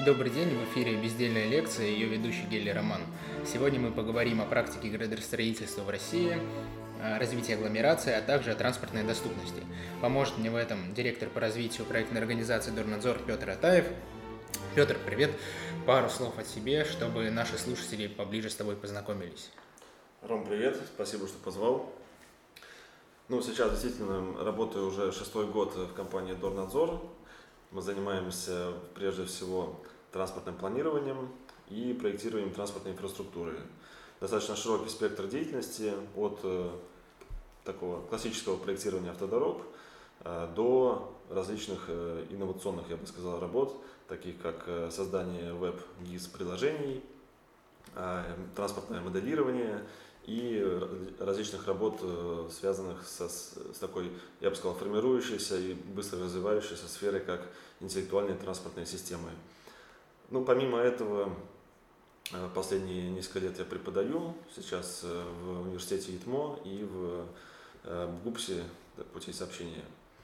Добрый день, в эфире «Бездельная лекция» и ее ведущий Гелли Роман. Сегодня мы поговорим о практике градостроительства в России, о развитии агломерации, а также о транспортной доступности. Поможет мне в этом директор по развитию проектной организации «Дорнадзор» Петр Атаев. Петр, привет! Пару слов о себе, чтобы наши слушатели поближе с тобой познакомились. Ром, привет! Спасибо, что позвал. Сейчас действительно работаю уже 6-й год в компании «Дорнадзор». Мы занимаемся прежде всего транспортным планированием и проектированием транспортной инфраструктуры. Достаточно широкий спектр деятельности от такого классического проектирования автодорог до различных инновационных, я бы сказал, работ, таких как создание веб-ГИС-приложений, транспортное моделирование и различных работ, связанных с такой, я бы сказал, формирующейся и быстро развивающейся сферой, как интеллектуальные транспортные системы. Помимо этого, последние несколько лет я преподаю сейчас в университете ИТМО и в ГУПСе путей сообщения.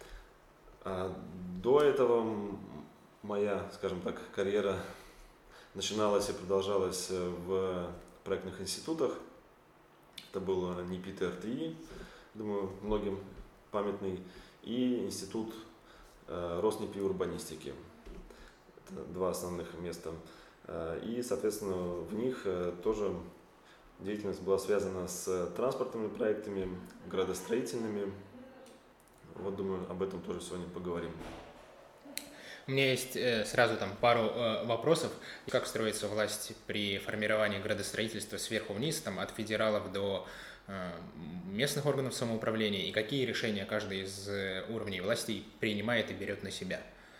До этого моя, скажем так, карьера начиналась и продолжалась в проектных институтах. Это был НИПИТ и РТИ, думаю, многим памятный, и институт Роснипи урбанистики. Это два основных места. И, соответственно, в них тоже деятельность была связана с транспортными проектами, градостроительными. Думаю, об этом тоже сегодня поговорим. У меня есть сразу пару вопросов. Как строится власть при формировании градостроительства сверху вниз, от федералов до местных органов самоуправления, и какие решения каждый из уровней власти принимает и берет на себя?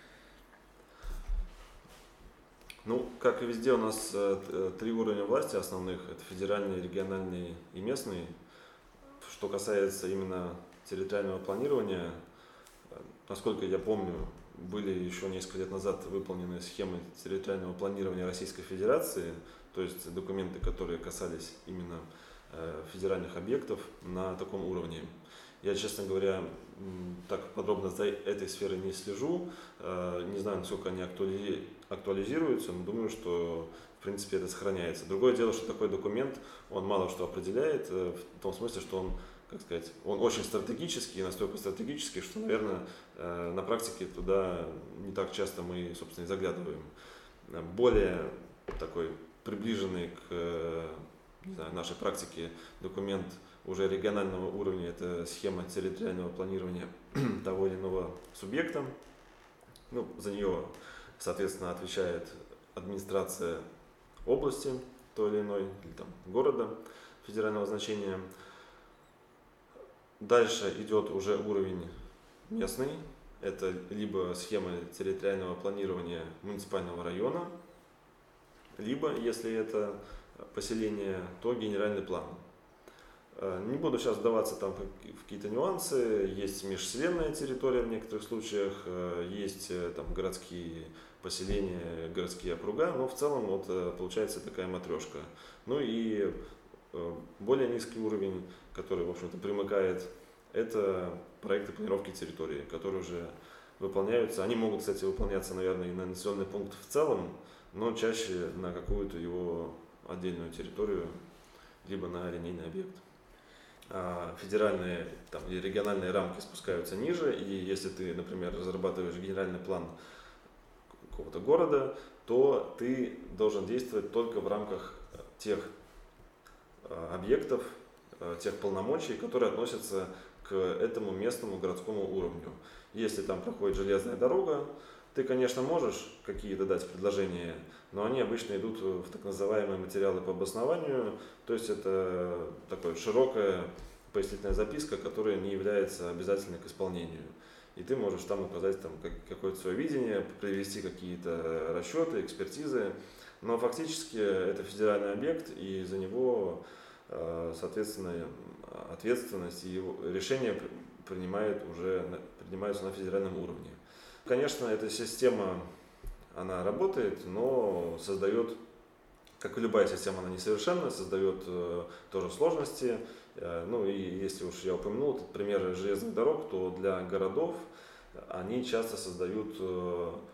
Как и везде, у нас 3 уровня власти основных. Это федеральный, региональный и местный. Что касается именно территориального планирования, насколько я помню, были еще несколько лет назад выполнены схемы территориального планирования Российской Федерации, то есть документы, которые касались именно федеральных объектов на таком уровне. Я, честно говоря, так подробно за этой сферой не слежу, не знаю, насколько они актуализируются, но думаю, что в принципе это сохраняется. Другое дело, что такой документ, он мало что определяет, в том смысле, что он, он очень стратегический, настолько стратегический, что, наверное, на практике туда не так часто мы, собственно, и заглядываем. Более такой приближенный к нашей практике документ уже регионального уровня, это схема территориального планирования того или иного субъекта. За нее, соответственно, отвечает администрация области той или иной, или города федерального значения. Дальше идет уже уровень местный, это либо схема территориального планирования муниципального района, либо, если это поселение, то генеральный план. Не буду сейчас вдаваться в какие-то нюансы, есть межселенная территория в некоторых случаях, есть городские поселения, городские округа, но в целом получается такая матрешка. И более низкий уровень, который, в общем-то, примыкает, это проекты планировки территории, которые уже выполняются. Они могут, кстати, выполняться, наверное, и на населенный пункт в целом, но чаще на какую-то его отдельную территорию, либо на линейный объект. Федеральные или региональные рамки спускаются ниже, и если ты, например, разрабатываешь генеральный план какого-то города, то ты должен действовать только в рамках тех объектов, тех полномочий, которые относятся к этому местному городскому уровню. Если там проходит железная дорога, ты, конечно, можешь какие-то дать предложения, но они обычно идут в так называемые материалы по обоснованию, то есть это такая широкая пояснительная записка, которая не является обязательной к исполнению. И ты можешь там указать какое-то свое видение, привести какие-то расчеты, экспертизы, но фактически это федеральный объект, и за него, соответственно, ответственность и решения принимаются на федеральном уровне. Конечно, эта система, она работает, но создает, как и любая система, она несовершенна, создает тоже сложности. И если уж я упомянул этот пример железных дорог, то для городов они часто создают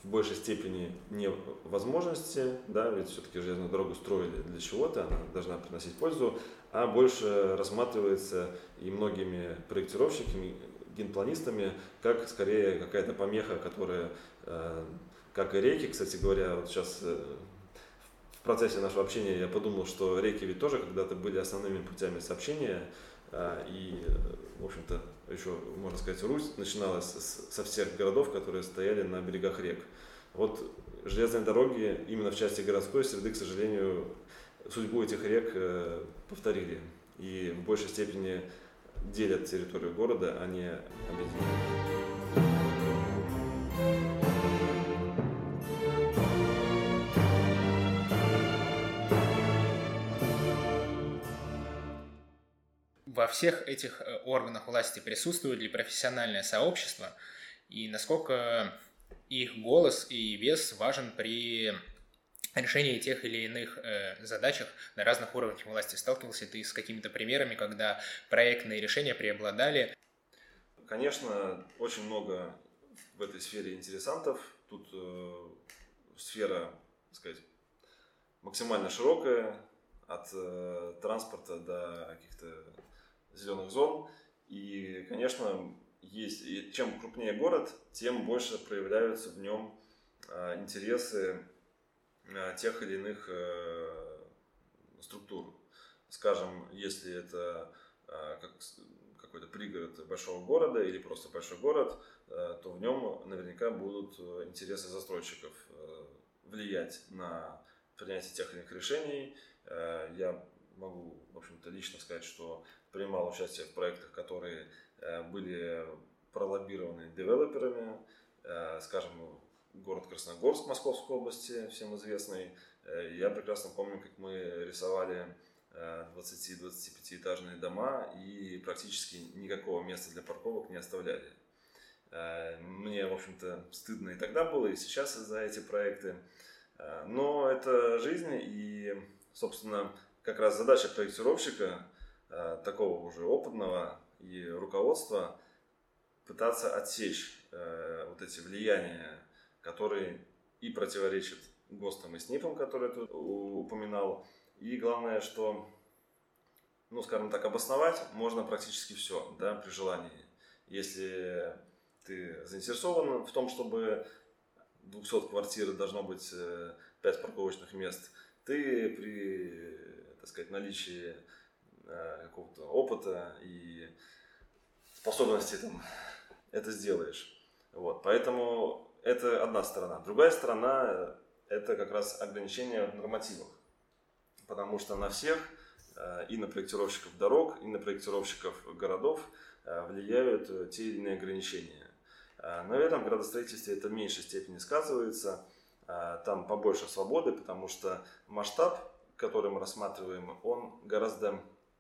в большей степени не возможности, да, ведь все-таки железную дорогу строили для чего-то, она должна приносить пользу, а больше рассматривается и многими проектировщиками, генпланистами, как скорее какая-то помеха, которая, как и реки, кстати говоря, вот сейчас в процессе нашего общения я подумал, что реки ведь тоже когда-то были основными путями сообщения, и, в общем-то, еще, можно сказать, Русь начиналась со всех городов, которые стояли на берегах рек. Вот железные дороги именно в части городской среды, к сожалению, судьбу этих рек повторили и в большей степени делят территорию города, а не объединяют. Во всех этих органах власти присутствует ли профессиональное сообщество, и насколько их голос и вес важен при решении тех или иных задачах на разных уровнях власти? Сталкивался ты с какими-то примерами, когда проектные решения преобладали? Конечно, очень много в этой сфере интересантов. Тут сфера, так сказать, максимально широкая, от транспорта до каких-то зеленых зон. И, конечно, чем крупнее город, тем больше проявляются в нем интересы тех или иных структур. Скажем, если это какой-то пригород большого города или просто большой город, то в нем наверняка будут интересы застройщиков влиять на принятие тех или иных решений. Я могу, в общем-то, лично сказать, что принимал участие в проектах, которые были пролоббированы девелоперами, скажем, город Красногорск Московской области, всем известный. Я прекрасно помню, как мы рисовали 20-25-этажные дома и практически никакого места для парковок не оставляли. Мне, в общем-то, стыдно и тогда было, и сейчас за эти проекты. Но это жизнь, и, собственно, как раз задача проектировщика, такого уже опытного и руководства, пытаться отсечь вот эти влияния, которые и противоречат ГОСТам и СНИПам, которые ты упоминал. И главное, что, скажем так, обосновать можно практически все, да, при желании. Если ты заинтересован в том, чтобы 200 квартир должно быть 5 парковочных мест, ты при, так сказать, наличии какого-то опыта и способности это сделаешь. Вот. Поэтому это одна сторона. Другая сторона – это как раз ограничения в нормативах. Потому что на всех, и на проектировщиков дорог, и на проектировщиков городов влияют те или иные ограничения. Наверное, в градостроительстве это в меньшей степени сказывается. Там побольше свободы, потому что масштаб, который мы рассматриваем, он гораздо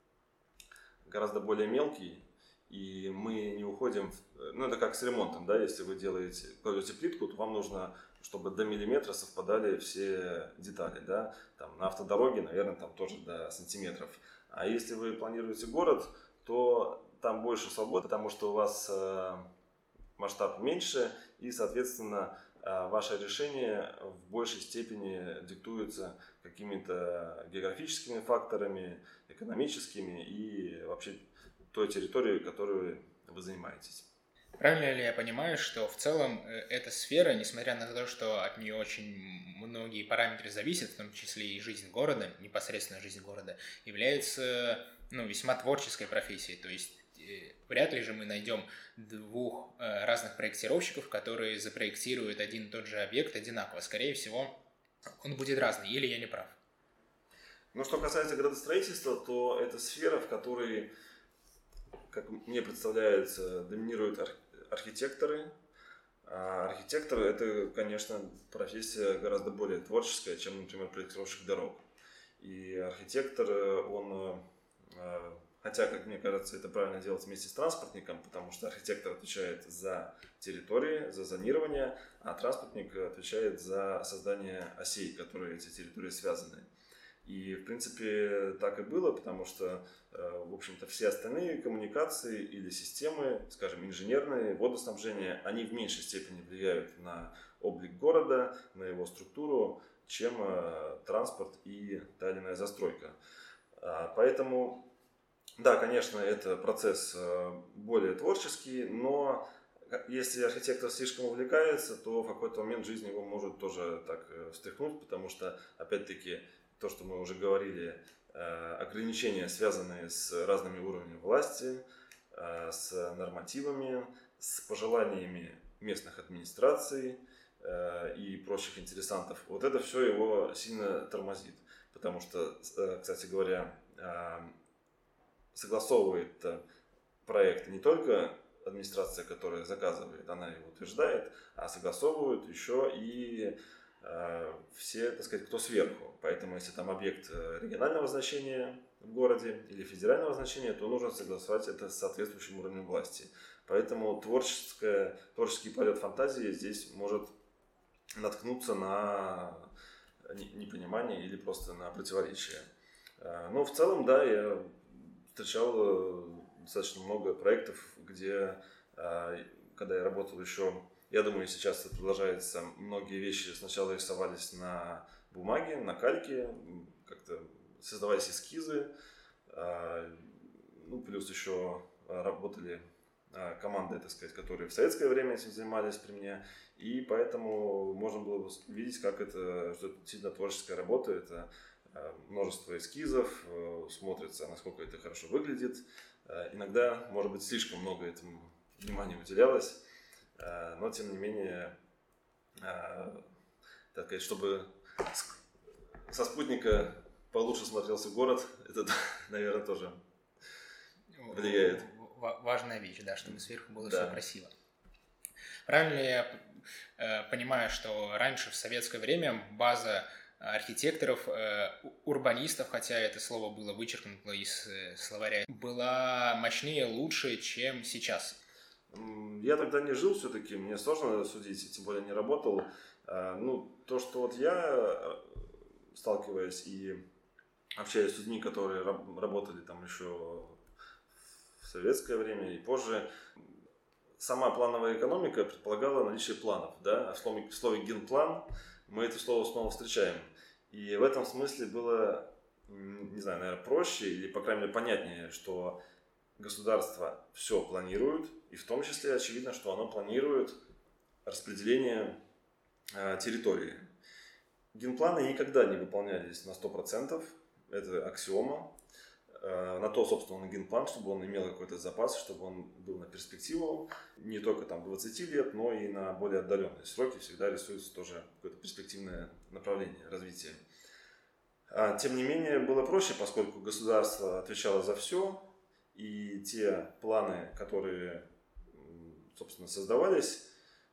более мелкий, и мы не уходим это как с ремонтом, да, если вы кладете плитку, то вам нужно, чтобы до миллиметра совпадали все детали, да, там на автодороге, наверное, там тоже до сантиметров. А если вы планируете город, то там больше свободы, потому что у вас масштаб меньше, и, соответственно, ваше решение в большей степени диктуется какими-то географическими факторами, экономическими и вообще той территорией, которой вы занимаетесь. Правильно ли я понимаю, что в целом эта сфера, несмотря на то, что от нее очень многие параметры зависят, в том числе и жизнь города, непосредственно жизнь города, является весьма творческой профессией? То есть вряд ли же мы найдем двух разных проектировщиков, которые запроектируют один и тот же объект одинаково. Скорее всего, он будет разный, или я не прав? Что касается градостроительства, то это сфера, в которой, как мне представляется, доминируют архитекторы. А архитектор – это, конечно, профессия гораздо более творческая, чем, например, проектировщик дорог. И архитектор, он, хотя, как мне кажется, это правильно делать вместе с транспортником, потому что архитектор отвечает за территории, за зонирование, а транспортник отвечает за создание осей, которые эти территории связаны. И, в принципе, так и было, потому что, в общем-то, все остальные коммуникации или системы, скажем, инженерные, водоснабжения, они в меньшей степени влияют на облик города, на его структуру, чем транспорт и та или иная застройка. Поэтому, да, конечно, это процесс более творческий, но если архитектор слишком увлекается, то в какой-то момент жизни его может тоже так встряхнуть, потому что, опять-таки, то, что мы уже говорили, ограничения, связанные с разными уровнями власти, с нормативами, с пожеланиями местных администраций и прочих интересантов, вот это все его сильно тормозит. Потому что, кстати говоря, согласовывает проект не только администрация, которая заказывает, она его утверждает, а согласовывают еще и все, так сказать, кто сверху. Поэтому, если там объект регионального значения в городе или федерального значения, то нужно согласовать это с соответствующим уровнем власти. Поэтому творческий полет фантазии здесь может наткнуться на непонимание или просто на противоречие. Но в целом, да, я встречал достаточно много проектов, где, когда я работал еще, я думаю, сейчас это продолжается, многие вещи сначала рисовались на бумаге, на кальке, как-то создавались эскизы, ну, плюс еще работали команды, так сказать, которые в советское время этим занимались при мне, и поэтому можно было видеть, как это, что это действительно творческая работа, это множество эскизов, смотрится, насколько это хорошо выглядит. Иногда, может быть, слишком много этому внимания уделялось, но, тем не менее, так сказать, чтобы со спутника получше смотрелся город, это, наверное, тоже влияет. Важная вещь, да, чтобы сверху было все красиво. Правильно ли я понимаю, что раньше в советское время база архитекторов, урбанистов, хотя это слово было вычеркнуто из словаря, была мощнее, лучше, чем сейчас? Я тогда не жил все-таки, мне сложно судить, тем более не работал. Ну, то, что вот я, сталкиваясь и общаясь с людьми, которые работали там еще в советское время и позже, сама плановая экономика предполагала наличие планов, да, а в слове генплан мы это слово снова встречаем. И в этом смысле было, не знаю, наверное, проще или, по крайней мере, понятнее, что государство все планирует, и в том числе очевидно, что оно планирует распределение территории. Генпланы никогда не выполнялись на 100%, это аксиома. На то, собственно, он и генплан, чтобы он имел какой-то запас, чтобы он был на перспективу, не только там 20 лет, но и на более отдаленные сроки всегда рисуется тоже какое-то перспективное направление развития. Тем не менее, было проще, поскольку государство отвечало за все, и те планы, которые, собственно, создавались,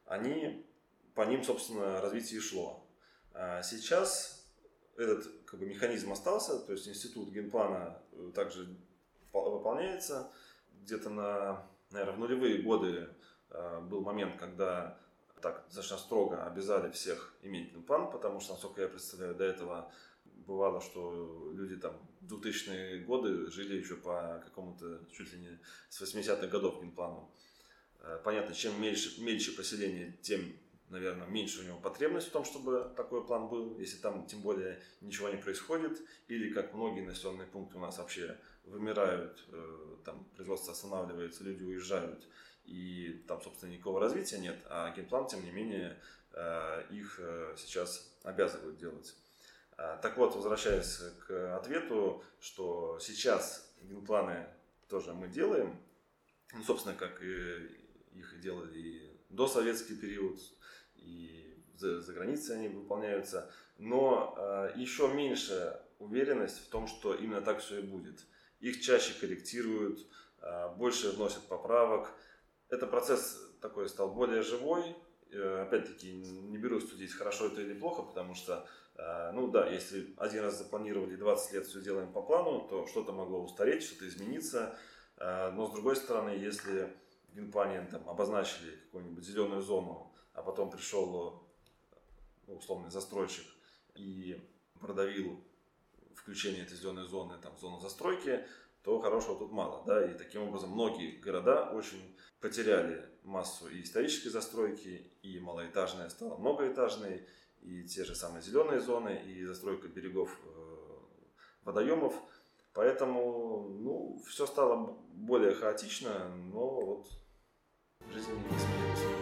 по ним, собственно, развитие и шло. Сейчас этот механизм остался, то есть институт генплана также выполняется. Где-то наверное, в нулевые годы был момент, когда так достаточно строго обязали всех иметь генплан, потому что, насколько я представляю, до этого бывало, что люди там в 2000-е годы жили еще по какому-то чуть ли не с 80-х годов генплану. Понятно, чем мельче поселение, тем, наверное, меньше у него потребность в том, чтобы такой план был, если там тем более ничего не происходит, или как многие населенные пункты у нас вообще вымирают, там производство останавливается, люди уезжают, и там, собственно, никакого развития нет, а генплан, тем не менее, их сейчас обязывают делать. Так вот, возвращаясь к ответу, что сейчас генпланы тоже мы делаем, ну, собственно, как и их делали и до советский период, и за границей они выполняются, но еще меньше уверенность в том, что именно так все и будет. Их чаще корректируют, больше вносят поправок. Этот процесс такой стал более живой. Опять-таки, не берусь судить, хорошо это или плохо, потому что, ну да, если один раз запланировали 20 лет все делаем по плану, то что-то могло устареть, что-то измениться. Но с другой стороны, если в генплане там обозначили какую-нибудь зеленую зону, а потом пришел условный застройщик и продавил включения этой зеленой зоны там, в зону застройки, то хорошего тут мало. Да? И таким образом многие города очень потеряли массу и исторической застройки, и малоэтажная стала многоэтажной, и те же самые зеленые зоны, и застройка берегов водоемов. Поэтому все стало более хаотично, но вот жизнь не сменилась.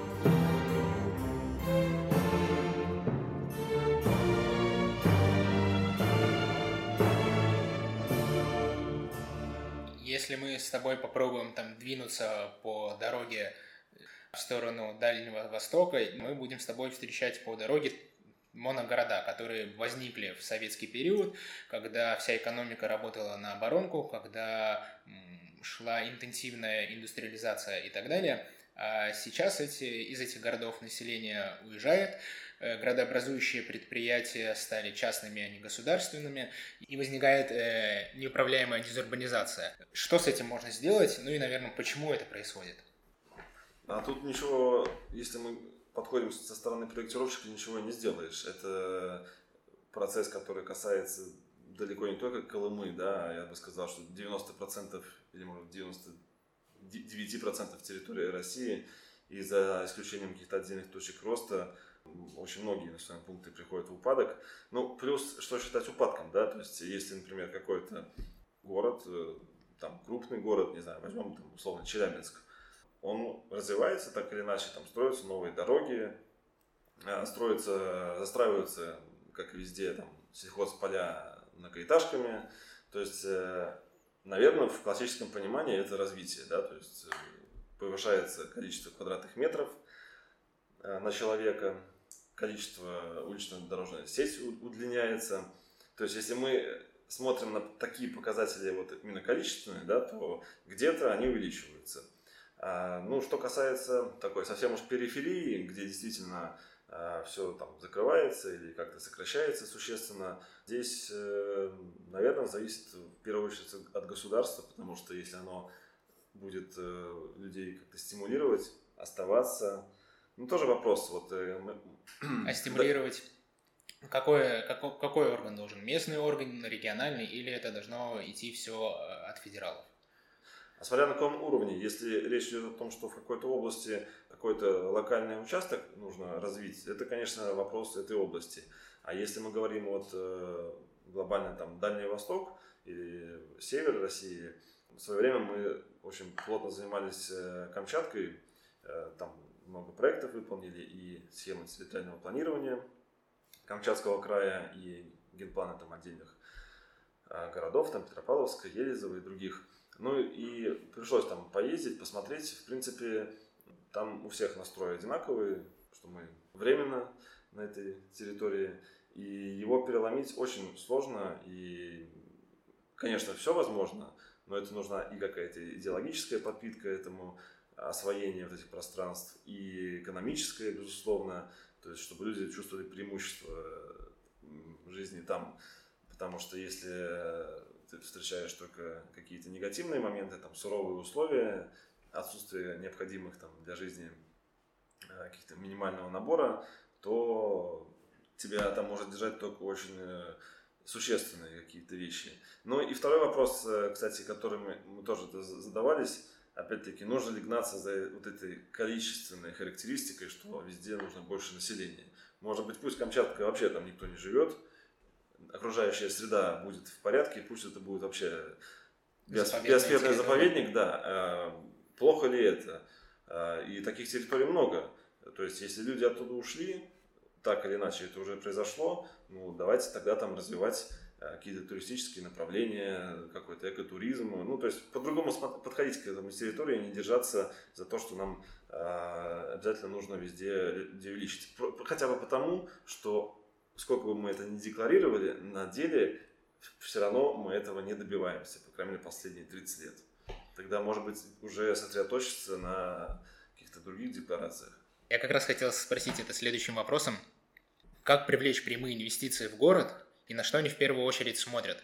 Если мы с тобой попробуем там двинуться по дороге в сторону Дальнего Востока, мы будем с тобой встречать по дороге моногорода, которые возникли в советский период, когда вся экономика работала на оборонку, когда шла интенсивная индустриализация и так далее. А сейчас из этих городов население уезжает, градообразующие предприятия стали частными, а не государственными, и возникает неуправляемая дезурбанизация. Что с этим можно сделать? Ну и, наверное, почему это происходит? А тут ничего, если мы подходим со стороны проектировщика, ничего не сделаешь. Это процесс, который касается далеко не только Колымы, да, я бы сказал, что 90% или, может, 99% территории России, и за исключением каких-то отдельных точек роста, очень многие населенные пункты приходят в упадок. Ну, плюс, что считать упадком, да, то есть, если, например, какой-то город, там, крупный город, не знаю, возьмем, там, условно, Челябинск, он развивается так или иначе, там строятся новые дороги, застраиваются, как и везде, там, сельхозполя многоэтажками. То есть, наверное, в классическом понимании это развитие, да, то есть повышается количество квадратных метров на человека, количество улично-дорожной сети удлиняется. То есть, если мы смотрим на такие показатели вот именно количественные, да, то где-то они увеличиваются. Что касается такой совсем уж периферии, где действительно все там закрывается или как-то сокращается существенно, здесь, наверное, зависит в первую очередь от государства, потому что если оно будет людей как-то стимулировать, оставаться, тоже вопрос. А стимулировать какой орган должен? Местный орган, региональный, или это должно идти все от федералов? А смотря на каком уровне, если речь идет о том, что в какой-то области какой-то локальный участок нужно развить, это, конечно, вопрос этой области. А если мы говорим глобально там Дальний Восток или север России, в свое время мы очень плотно занимались Камчаткой, там много проектов выполнили и схемы территориального планирования Камчатского края и генпланы там отдельных городов, там Петропавловска, Елизово и других. И пришлось там поездить, посмотреть. В принципе, там у всех настрой одинаковый, что мы временно на этой территории. И его переломить очень сложно. И, конечно, все возможно, но это нужна и какая-то идеологическая подпитка этому, освоение вот этих пространств, и экономическое, безусловно. То есть, чтобы люди чувствовали преимущество жизни там. Потому что если ты встречаешь только какие-то негативные моменты, там, суровые условия, отсутствие необходимых там, для жизни каких-то минимального набора, то тебя там может держать только очень существенные какие-то вещи. И второй вопрос, кстати, который мы тоже задавались, опять-таки, нужно ли гнаться за вот этой количественной характеристикой, что везде нужно больше населения. Может быть, пусть Камчатка вообще там никто не живет, окружающая среда будет в порядке, пусть это будет вообще биосферный заповедник, да. Плохо ли это? И таких территорий много. То есть, если люди оттуда ушли, так или иначе это уже произошло, давайте тогда там развивать какие-то туристические направления, какой-то экотуризм. То есть, по-другому подходить к этому территории, не держаться за то, что нам обязательно нужно везде увеличить. Хотя бы потому, что сколько бы мы это ни декларировали, на деле все равно мы этого не добиваемся, по крайней мере, последние 30 лет. Тогда, может быть, уже сосредоточиться на каких-то других декларациях. Я как раз хотел спросить это следующим вопросом. Как привлечь прямые инвестиции в город и на что они в первую очередь смотрят?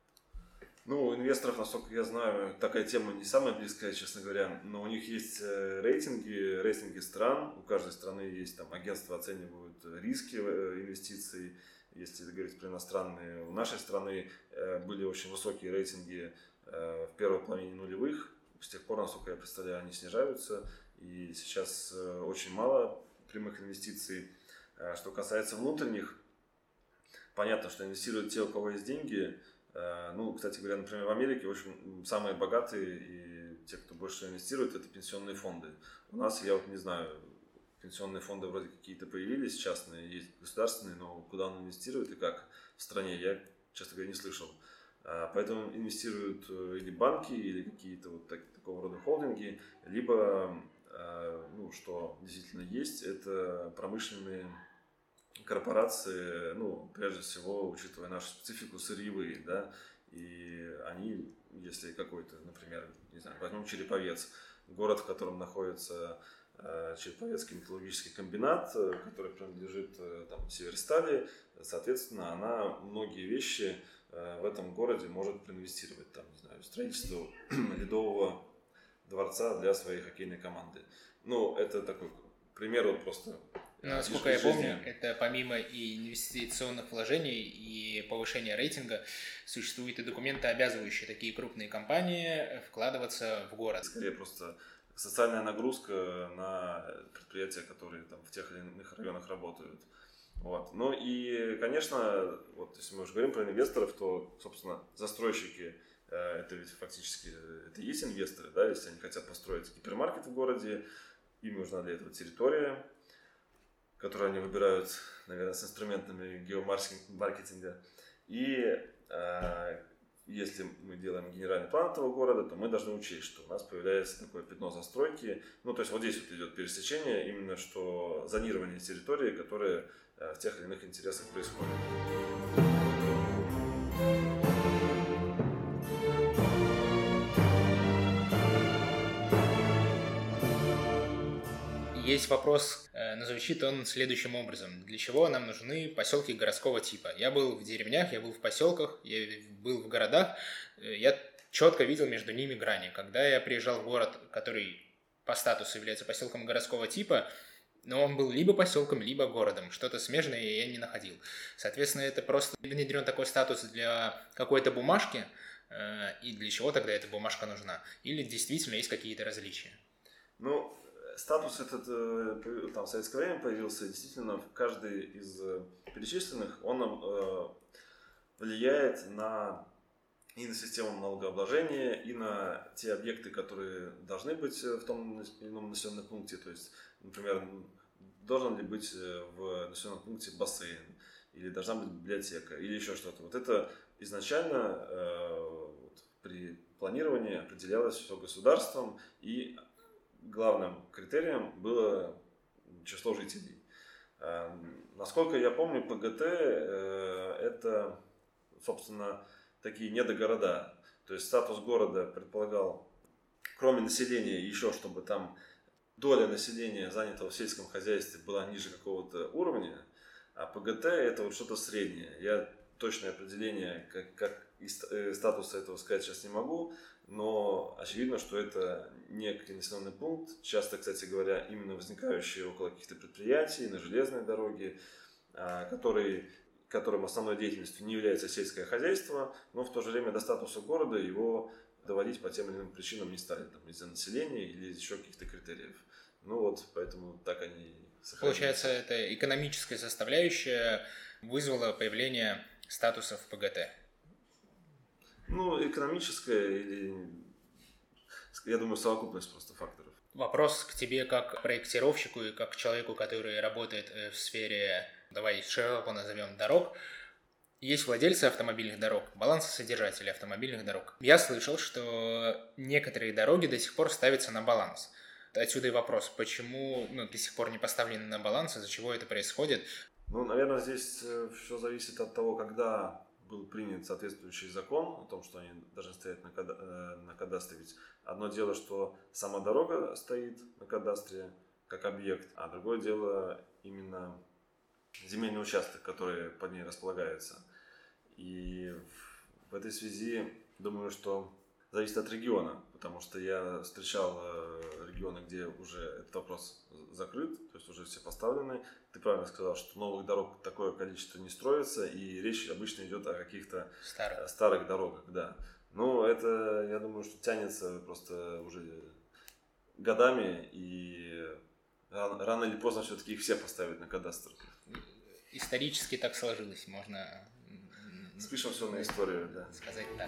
Инвесторов, насколько я знаю, такая тема не самая близкая, честно говоря, но у них есть рейтинги стран, у каждой страны есть там агентства, оценивают риски инвестиций, если говорить про иностранные, у нашей страны были очень высокие рейтинги в первой половине нулевых. С тех пор, насколько я представляю, они снижаются. И сейчас очень мало прямых инвестиций. Что касается внутренних, понятно, что инвестируют те, у кого есть деньги. Ну, кстати говоря, например, в Америке, в общем, самые богатые и те, кто больше инвестирует, это пенсионные фонды. У нас, я вот не знаю, пенсионные фонды вроде какие-то появились, частные, есть государственные, но куда он инвестирует и как в стране, я, честно говоря, не слышал. Поэтому инвестируют или банки, или какие-то вот такого рода холдинги, либо, ну, что действительно есть, это промышленные корпорации, ну, прежде всего, учитывая нашу специфику, сырьевые, да, и они, если какой-то, например, не знаю, возьмем Череповец, город, в котором находится Череповецкий металлургический комбинат, который принадлежит там Северстали, соответственно, она многие вещи в этом городе может проинвестировать, там, не знаю, в строительство ледового дворца для своей хоккейной команды. Ну, это такой пример вот просто. Насколько я помню, это помимо и инвестиционных вложений и повышения рейтинга, существуют и документы, обязывающие такие крупные компании вкладываться в город. Скорее просто социальная нагрузка на предприятия, которые там в тех или иных районах работают. Вот. Ну и, конечно, вот если мы уже говорим про инвесторов, то, собственно, застройщики это ведь фактически это и есть инвесторы, да, если они хотят построить гипермаркет в городе, им нужна для этого территория, которую они выбирают, наверное, с инструментами геомаркетинга. И если мы делаем генеральный план этого города, то мы должны учесть, что у нас появляется такое пятно застройки. Ну, то есть вот здесь вот идет пересечение, именно что зонирование территории, которое в тех или иных интересах происходит. Есть вопрос, но звучит он следующим образом. Для чего нам нужны поселки городского типа? Я был в деревнях, я был в поселках, я был в городах. Я четко видел между ними грани. Когда я приезжал в город, который по статусу является поселком городского типа, но он был либо поселком, либо городом. Что-то смежное я не находил. Соответственно, это просто внедрен такой статус для какой-то бумажки. И для чего тогда эта бумажка нужна? Или действительно есть какие-то различия? Ну, статус этот там, в советское время появился, действительно, каждый из перечисленных, он влияет и на систему налогообложения, и на те объекты, которые должны быть в том или ином населенном пункте. То есть, например, должен ли быть в населенном пункте бассейн, или должна быть библиотека, или еще что-то. Вот это изначально при планировании определялось все государством, и главным критерием было число жителей. Насколько я помню, ПГТ это, собственно, такие недогорода. То есть статус города предполагал, кроме населения, еще чтобы там доля населения, занятого в сельском хозяйстве, была ниже какого-то уровня, а ПГТ это вот что-то среднее. Я точное определение, как статуса этого сказать сейчас не могу, но очевидно, что это некий населенный пункт, часто, кстати говоря, именно возникающий около каких-то предприятий, на железной дороге, которым основной деятельностью не является сельское хозяйство, но в то же время до статуса города его доводить по тем или иным причинам не стали, там, из-за населения или из еще каких-то критериев. Ну вот, поэтому так они сохранились. Получается, это экономическая составляющая вызвала появление статусов ПГТ. Ну, экономическая или, я думаю, совокупность просто факторов. Вопрос к тебе как к проектировщику и как к человеку, который работает в сфере, давай широко назовем, дорог. Есть владельцы автомобильных дорог, балансосодержатели автомобильных дорог. Я слышал, что некоторые дороги до сих пор ставятся на баланс. Отсюда и вопрос, почему до сих пор не поставлены на баланс, из-за чего это происходит? Ну, наверное, здесь все зависит от того, когда был принят соответствующий закон о том, что они должны стоять на кадастре. Ведь одно дело, что сама дорога стоит на кадастре как объект, а другое дело именно земельный участок, который под ней располагается. И в этой связи думаю, что зависит от региона, потому что я встречал регионы, где уже этот вопрос закрыт, то есть уже все поставлены. Ты правильно сказал, что новых дорог такое количество не строится, и речь обычно идет о каких-то старых дорогах, да. Но это, я думаю, что тянется просто уже годами, и рано или поздно все-таки их все поставят на кадастр. Исторически так сложилось, можно... Спишем все на историю, да. Сказать так.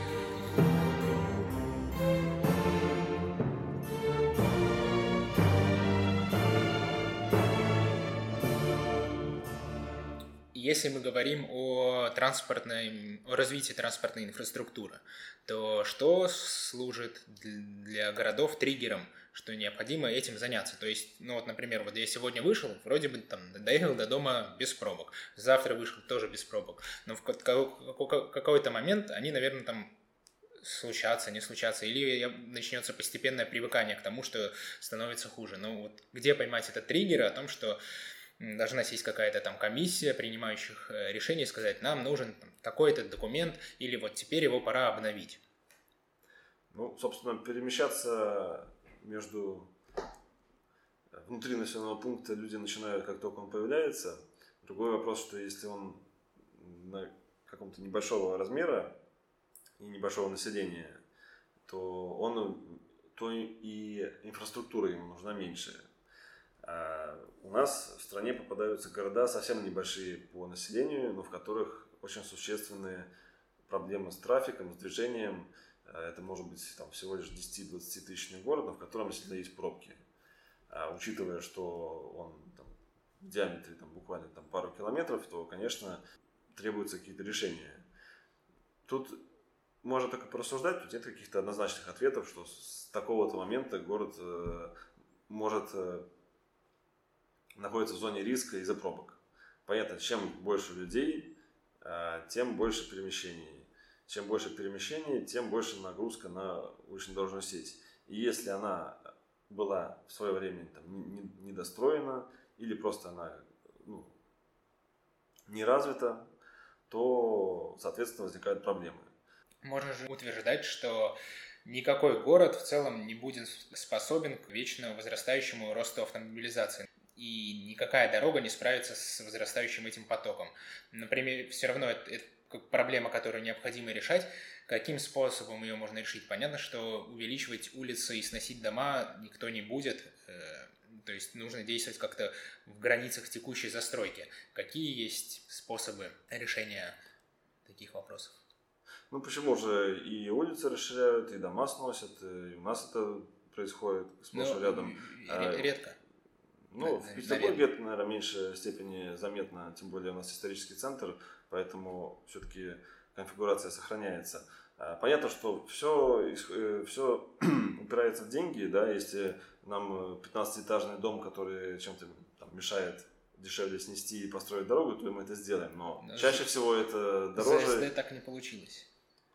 Если мы говорим о развитии транспортной инфраструктуры, то что служит для городов триггером, что необходимо этим заняться? То есть, например, вот я сегодня вышел, вроде бы там доехал до дома без пробок, завтра вышел тоже без пробок, но в какой-то момент они, наверное, там случаться, не случаться, или начнется постепенное привыкание к тому, что становится хуже. Где поймать этот триггер о том, что должна сесть какая-то там комиссия принимающих решений, сказать, нам нужен такой-то документ, или вот теперь его пора обновить. Собственно, перемещаться внутри населенного пункта люди начинают, как только он появляется. Другой вопрос, что если он на каком-то небольшого размера и небольшого населения, то и инфраструктура ему нужна меньше. У нас в стране попадаются города совсем небольшие по населению, но в которых очень существенные проблемы с трафиком, с движением. Это может быть всего лишь 10-20 тысячный город, но в котором действительно есть пробки. Учитывая, что он в диаметре буквально пару километров, то, конечно, требуются какие-то решения. Тут можно только порассуждать, тут нет каких-то однозначных ответов, что с такого-то момента город может находится в зоне риска из-за пробок. Понятно, чем больше людей, тем больше перемещений. Чем больше перемещений, тем больше нагрузка на улично-дорожную сеть. И если она была в свое время недостроена или просто она не развита, то, соответственно, возникают проблемы. Можно же утверждать, что никакой город в целом не будет способен к вечно возрастающему росту автомобилизации. И никакая дорога не справится с возрастающим этим потоком. Например, все равно это проблема, которую необходимо решать. Каким способом ее можно решить? Понятно, что увеличивать улицы и сносить дома никто не будет. То есть нужно действовать как-то в границах текущей застройки. Какие есть способы решения таких вопросов? Почему же и улицы расширяют, и дома сносят, и у нас это происходит сплошь и рядом. Редко. В Петербурге это, наверное, в меньшей степени заметно, тем более у нас исторический центр, поэтому все-таки конфигурация сохраняется. Понятно, что все упирается в деньги, да, если нам 15-этажный дом, который чем-то мешает дешевле снести и построить дорогу, то мы это сделаем, но чаще всего это дороже. ЗСД так не получилось.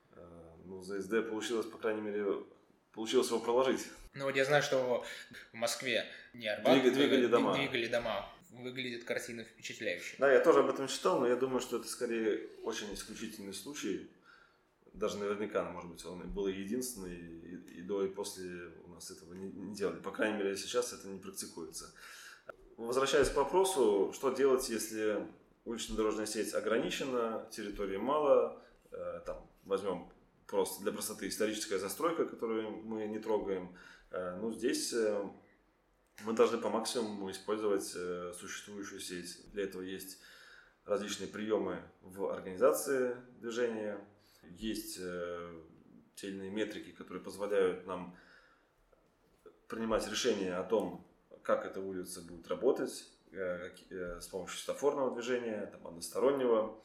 ЗСД получилось, по крайней мере, получилось его проложить. Я знаю, что в Москве не Арбат двигали дома. Выглядит картина впечатляюще. Да, я тоже об этом читал, но я думаю, что это скорее очень исключительный случай. Даже наверняка, может быть, он был единственный, и до, и после у нас этого не делали. По крайней мере, сейчас это не практикуется. Возвращаясь к вопросу, что делать, если улично-дорожная сеть ограничена, территории мало, возьмем просто для простоты историческая застройка, которую мы не трогаем. Здесь мы должны по максимуму использовать существующую сеть. Для этого есть различные приемы в организации движения, есть те или иные метрики, которые позволяют нам принимать решения о том, как эта улица будет работать с помощью светофорного движения, одностороннего.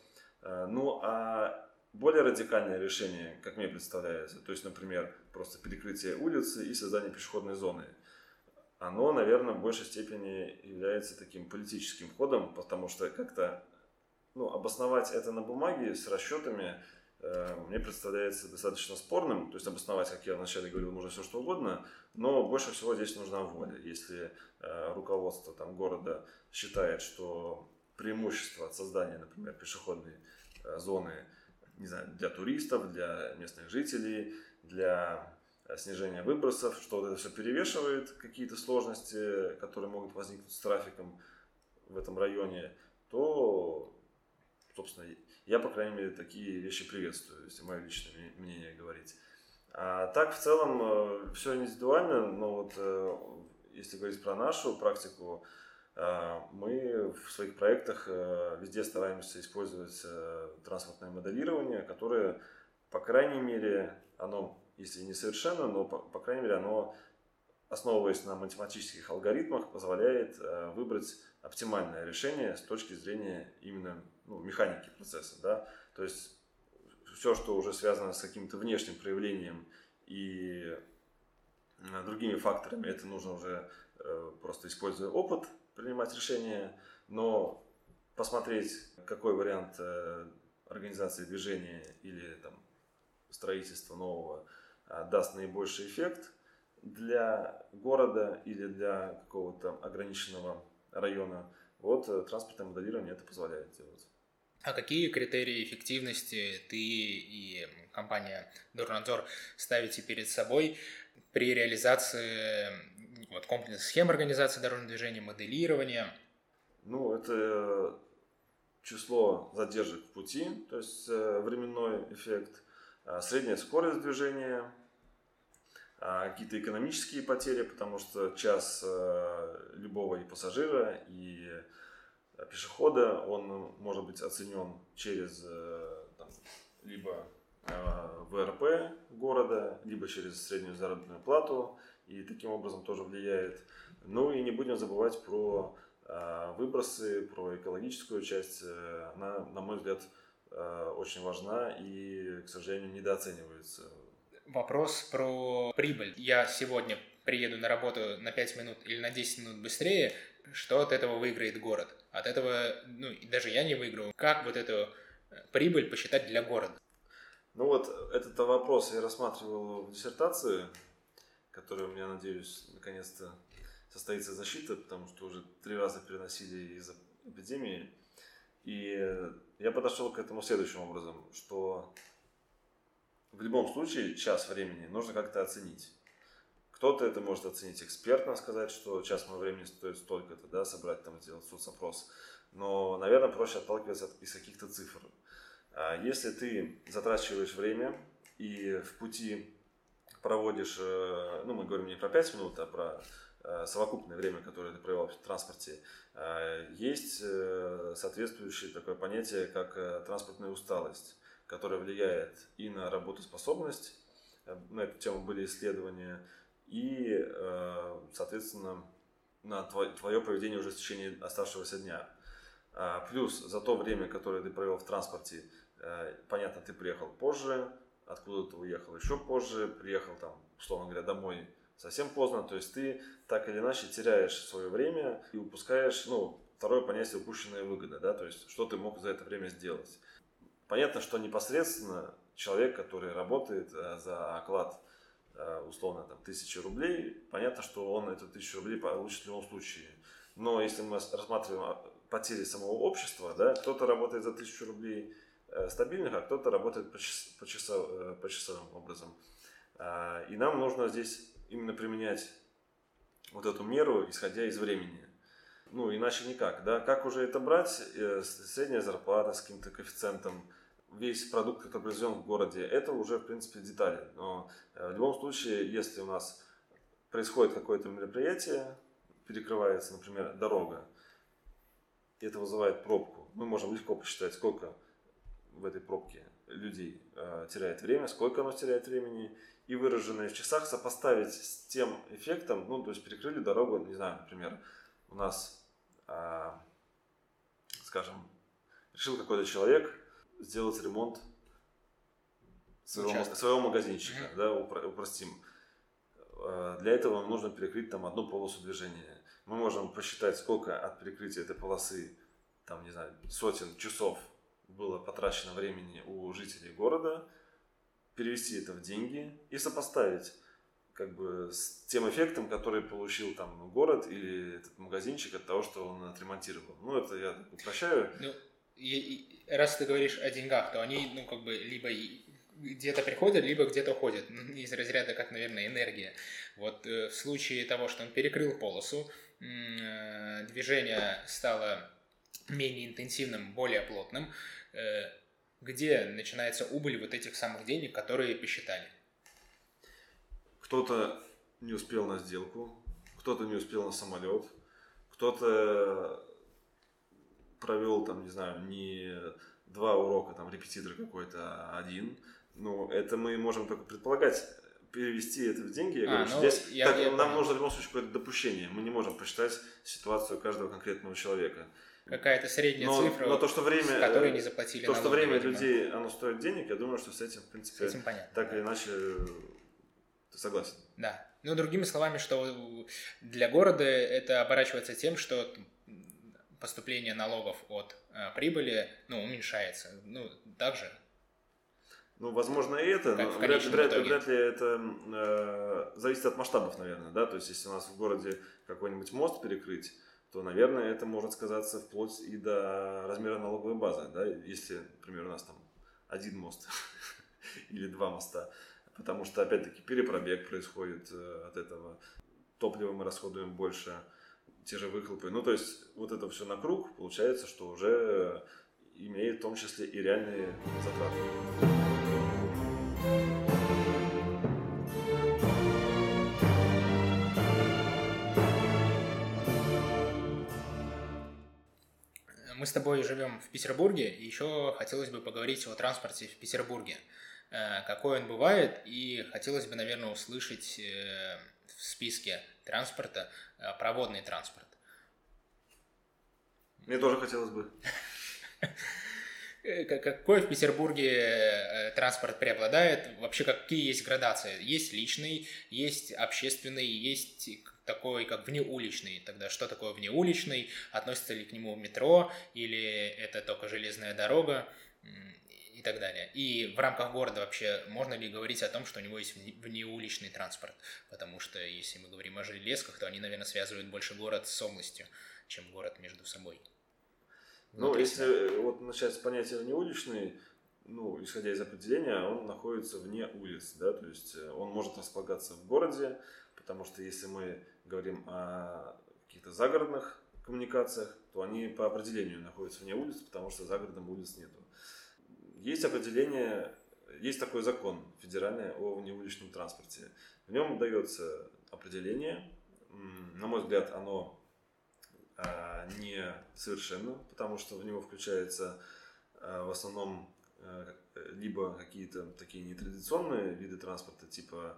А более радикальное решение, как мне представляется, то есть, например, просто перекрытие улицы и создание пешеходной зоны, оно, наверное, в большей степени является таким политическим ходом, потому что как-то обосновать это на бумаге с расчетами мне представляется достаточно спорным. То есть обосновать, как я вначале говорил, можно все что угодно, но больше всего здесь нужна воля. Если руководство города считает, что преимущество от создания, например, пешеходной зоны, не знаю, для туристов, для местных жителей, для снижения выбросов, что вот это все перевешивает какие-то сложности, которые могут возникнуть с трафиком в этом районе, то, собственно, я, по крайней мере, такие вещи приветствую, если мое личное мнение говорить. А так, в целом, все индивидуально, но вот если говорить про нашу практику, мы в своих проектах везде стараемся использовать транспортное моделирование, которое, по крайней мере, оно, если не совершенно, но, по крайней мере, оно, основываясь на математических алгоритмах, позволяет выбрать оптимальное решение с точки зрения именно механики процесса. Да? То есть все, что уже связано с каким-то внешним проявлением и другими факторами, это нужно уже просто, используя опыт, принимать решения, но посмотреть, какой вариант организации движения или там, строительства нового даст наибольший эффект для города или для какого-то ограниченного района. Вот транспортное моделирование это позволяет делать. А какие критерии эффективности ты и компания Дорнадзор ставите перед собой при реализации комплексных схем организации дорожного движения, моделирования? Это число задержек в пути, то есть временной эффект, средняя скорость движения, какие-то экономические потери, потому что час любого и пассажира, и пешехода, он может быть оценен через либо ВРП города, либо через среднюю заработную плату, и таким образом тоже влияет. И не будем забывать про выбросы, про экологическую часть. Она, на мой взгляд, очень важна и, к сожалению, недооценивается. Вопрос про прибыль. Я сегодня приеду на работу на 5 минут или на 10 минут быстрее, что от этого выиграет город? От этого, даже я не выиграю. Как вот эту прибыль посчитать для города? Этот вопрос я рассматривал в диссертации, которая у меня, надеюсь, наконец-то состоится защита, потому что уже 3 раза переносили из-за эпидемии. И я подошел к этому следующим образом, что в любом случае час времени нужно как-то оценить. Кто-то это может оценить экспертно, сказать, что час моего времени стоит столько-то, да, собрать, сделать соцопрос. Но, наверное, проще отталкиваться из каких-то цифр. Если ты затрачиваешь время и в пути проводишь, мы говорим не про 5 минут, а про совокупное время, которое ты провел в транспорте, есть соответствующее такое понятие, как транспортная усталость, которая влияет и на работоспособность, на эту тему были исследования, и, соответственно, на твое поведение уже в течение оставшегося дня. Плюс за то время, которое ты провел в транспорте, понятно, ты приехал позже, откуда-то уехал еще позже, приехал условно говоря, домой совсем поздно, то есть ты так или иначе теряешь свое время и упускаешь, второе понятие упущенная выгода, да, то есть что ты мог за это время сделать. Понятно, что непосредственно человек, который работает за оклад условно 1000 рублей, понятно, что он эту 1000 рублей получит в любом случае. Но если мы рассматриваем потери самого общества, да, кто-то работает за 1000 рублей стабильных, а кто-то работает почасовым образом. И нам нужно здесь именно применять вот эту меру, исходя из времени. Иначе никак. Да? Как уже это брать? Средняя зарплата с каким-то коэффициентом, весь продукт, который произведен в городе, это уже, в принципе, детали. Но в любом случае, если у нас происходит какое-то мероприятие, перекрывается, например, дорога, и это вызывает пробку, мы можем легко посчитать, сколько в этой пробке людей теряет время, сколько оно теряет времени, и выраженное в часах сопоставить с тем эффектом, то есть перекрыли дорогу, не знаю, например, у нас, скажем, решил какой-то человек сделать ремонт своего магазинчика, да, упростим. Для этого нам нужно перекрыть одну полосу движения. Мы можем посчитать, сколько от перекрытия этой полосы, не знаю, сотен часов было потрачено времени у жителей города, перевести это в деньги и сопоставить с тем эффектом, который получил город или этот магазинчик от того, что он отремонтировал. Это я упрощаю. Раз ты говоришь о деньгах, то они, либо где-то приходит, либо где-то уходит. Из разряда, как, наверное, энергия. Вот в случае того, что он перекрыл полосу, движение стало менее интенсивным, более плотным, где начинается убыль вот этих самых денег, которые посчитали. Кто-то не успел на сделку, кто-то не успел на самолет, кто-то провел там, не знаю, не 2 урока, там репетитор какой-то, а 1. Ну, это мы можем только предполагать. Перевести это в деньги, я говорю, что здесь нам нужно в любом случае какое-то допущение. Мы не можем посчитать ситуацию каждого конкретного человека. Какая-то средняя цифра, но то, что время, с которой не заплатили налоги. То, что время людей, оно стоит денег, я думаю, что с этим, в принципе, так или иначе, ты согласен. Да. Ну, другими словами, что для города это оборачивается тем, что поступление налогов от прибыли, уменьшается. Так же. Возможно, и это, но вряд ли это зависит от масштабов, наверное, да, то есть, если у нас в городе какой-нибудь мост перекрыть, то, наверное, это может сказаться вплоть и до размера налоговой базы, да, если, например, у нас там 1 мост или 2 моста, потому что, опять-таки, перепробег происходит от этого, топливо мы расходуем больше, те же выхлопы, то есть, вот это все на круг, получается, что уже имеет в том числе и реальные затраты. Мы с тобой живем в Петербурге, и еще хотелось бы поговорить о транспорте в Петербурге. Какой он бывает, и хотелось бы, наверное, услышать в списке транспорта проводный транспорт. Мне тоже хотелось бы. Какой в Петербурге транспорт преобладает? Вообще, какие есть градации? Есть личный, есть общественный, есть такой, как внеуличный. Тогда что такое внеуличный? Относится ли к нему метро? Или это только железная дорога? И так далее. И в рамках города вообще можно ли говорить о том, что у него есть внеуличный транспорт? Потому что если мы говорим о железках, то они, наверное, связывают больше город с областью, чем город между собой. Если начать с понятия внеуличный, исходя из определения, он находится вне улиц, да, то есть он может располагаться в городе, потому что если мы говорим о каких-то загородных коммуникациях, то они по определению находятся вне улиц, потому что за городом улиц нету. Есть определение, есть такой закон федеральный о внеуличном транспорте. В нем дается определение, на мой взгляд, оно не совершенно, потому что в него включаются в основном либо какие-то такие нетрадиционные виды транспорта, типа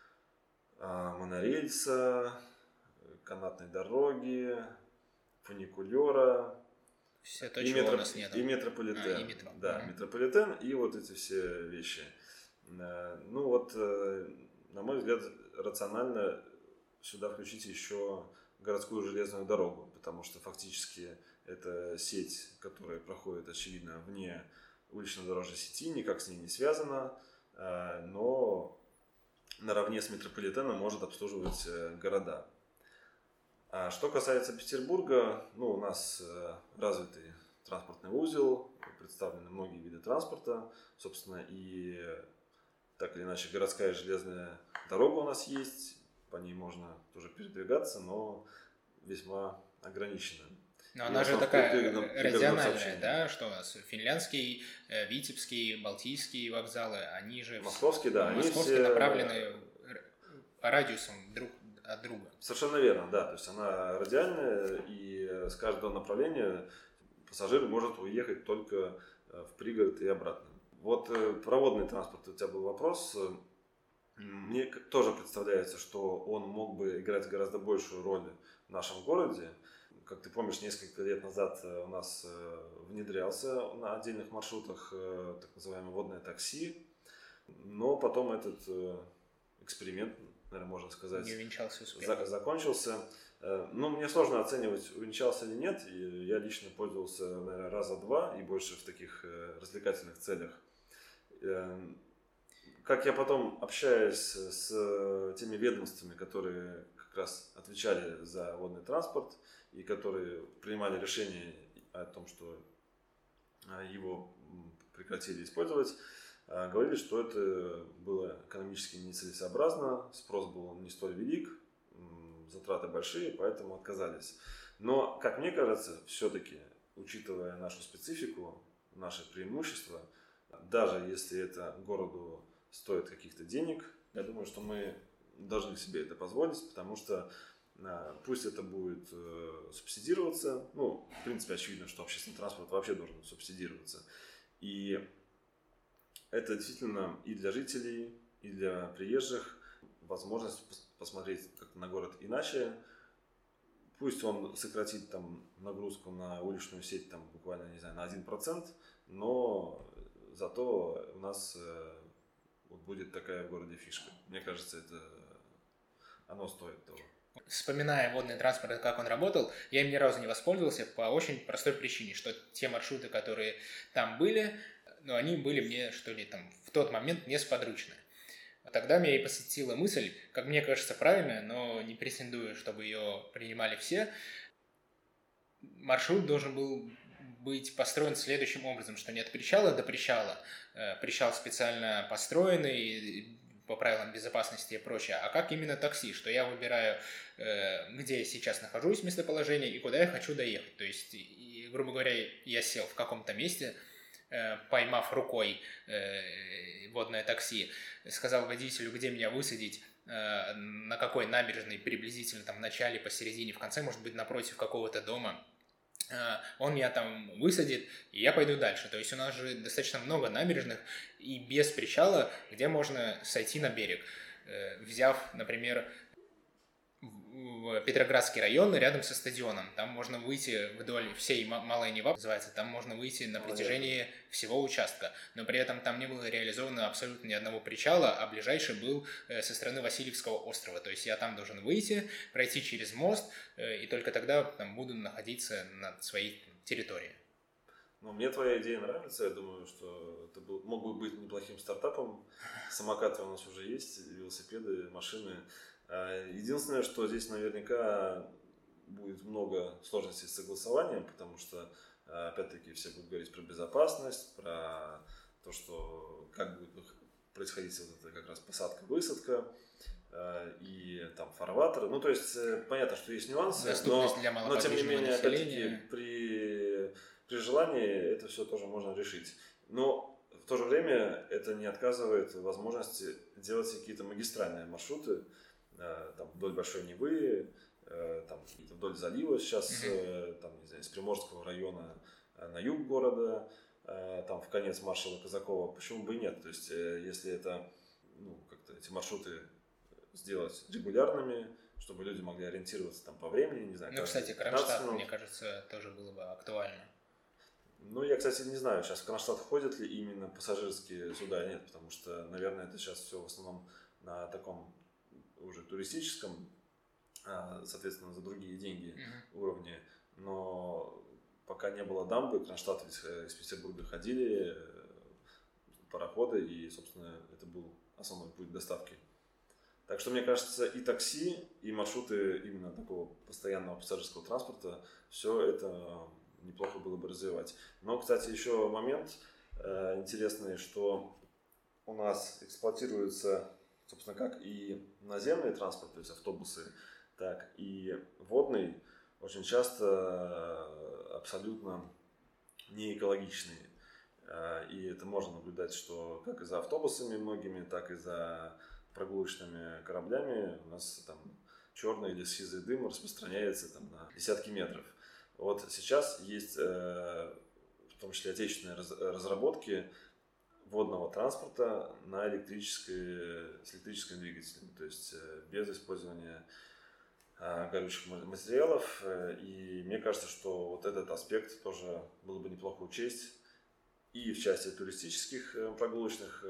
монорельса, канатной дороги, фуникулера, все то, чего у нас нет. И метрополитен. И метро. Да, метрополитен и вот эти все вещи. На мой взгляд, рационально сюда включить еще городскую железную дорогу, потому что фактически это сеть, которая проходит, очевидно, вне улично-дорожной сети, никак с ней не связана, но наравне с метрополитеном может обслуживать города. А что касается Петербурга, у нас развитый транспортный узел, представлены многие виды транспорта, собственно, и так или иначе городская железная дорога у нас есть, по ней можно тоже передвигаться, но весьма ограниченно. Но она же такая региональная, да, что у нас финляндский, Витебский, Балтийские вокзалы, они же московские, да, московские они все направлены по радиусам друг от друга. Совершенно верно, да, то есть она радиальная, и с каждого направления пассажир может уехать только в пригород и обратно. Вот проводный транспорт, у тебя был вопрос. Мне тоже представляется, что он мог бы играть гораздо большую роль в нашем городе. Как ты помнишь, несколько лет назад у нас внедрялся на отдельных маршрутах так называемое водное такси, но потом этот эксперимент, наверное, можно сказать, не увенчался успехом. Закончился. Мне сложно оценивать, увенчался или нет. Я лично пользовался, наверное, раза 2 и больше в таких развлекательных целях. Как я потом общаюсь с теми ведомствами, которые как раз отвечали за водный транспорт и которые принимали решение о том, что его прекратили использовать, говорили, что это было экономически нецелесообразно, спрос был не столь велик, затраты большие, поэтому отказались. Но, как мне кажется, все-таки, учитывая нашу специфику, наши преимущества, даже если это городу стоит каких-то денег, я думаю, что мы должны себе это позволить, потому что пусть это будет субсидироваться, ну, в принципе, очевидно, что общественный транспорт вообще должен субсидироваться. И это действительно и для жителей, и для приезжих возможность посмотреть как-то на город иначе. Пусть он сократит там нагрузку на уличную сеть там, буквально, не знаю, на 1%, но зато у нас вот будет такая в городе фишка. Мне кажется, это оно стоит того. Вспоминая водный транспорт, как он работал, я им ни разу не воспользовался по очень простой причине, что те маршруты, которые там были, но они были мне, что ли, там в тот момент несподручны. Тогда меня и посетила мысль, как мне кажется, правильная, но не претендую, чтобы ее принимали все. Маршрут должен был быть построен следующим образом, что не от причала до причала, причал специально построенный, по правилам безопасности и прочее, а как именно такси, что я выбираю, где я сейчас нахожусь, местоположение, и куда я хочу доехать. То есть, грубо говоря, я сел в каком-то месте, поймав рукой водное такси, сказал водителю, где меня высадить, на какой набережной, приблизительно там в начале, посередине, в конце, может быть, напротив какого-то дома. Он меня там высадит, и я пойду дальше. То есть у нас же достаточно много набережных и без причала, где можно сойти на берег. Взяв, например, в Петроградский район рядом со стадионом. Там можно выйти вдоль всей Малой Невы, называется, там можно выйти на протяжении всего участка. Но при этом там не было реализовано абсолютно ни одного причала, а ближайший был со стороны Васильевского острова. То есть я там должен выйти, пройти через мост, и только тогда там буду находиться на своей территории. Ну, мне твоя идея нравится, я думаю, что это мог бы быть неплохим стартапом. Самокаты у нас уже есть, велосипеды, машины. Единственное, что здесь наверняка будет много сложностей с согласованием, потому что, опять-таки, все будут говорить про безопасность, про то, что как будет происходить вот это как раз посадка-высадка и там фарватеры. Ну, то есть, понятно, что есть нюансы, но тем не менее, опять-таки, при желании это все тоже можно решить. Но в то же время это не отказывает возможности делать какие-то магистральные маршруты, там, вдоль Большой Невы, там, вдоль залива сейчас, там, не знаю, из Приморского района на юг города, там, в конец маршала Казакова, почему бы и нет? То есть, если это, ну, как-то эти маршруты сделать регулярными, чтобы люди могли ориентироваться там по времени, не знаю. Ну, кстати, Кронштадт, мне кажется, тоже было бы актуально. Ну, я, кстати, не знаю, сейчас в Кронштадт ходят ли именно пассажирские суда, нет, потому что, наверное, это сейчас все в основном на таком уже туристическом, соответственно, за другие деньги уровне, но пока не было дамбы, Кронштадт из Петербурга ходили пароходы, и, собственно, это был основной путь доставки. Так что, мне кажется, и такси, и маршруты именно такого постоянного пассажирского транспорта, все это неплохо было бы развивать. Но, кстати, еще момент интересный, что у нас эксплуатируется, собственно, как и наземный транспорт, то есть автобусы, так и водный, очень часто абсолютно не экологичные. И это можно наблюдать, что как и за автобусами многими, так и за прогулочными кораблями у нас там черный или сизый дым распространяется там на десятки метров. Вот сейчас есть в том числе отечественные разработки водного транспорта с электрическим двигателем, то есть без использования горючих материалов. И мне кажется, что вот этот аспект тоже было бы неплохо учесть и в части туристических прогулочных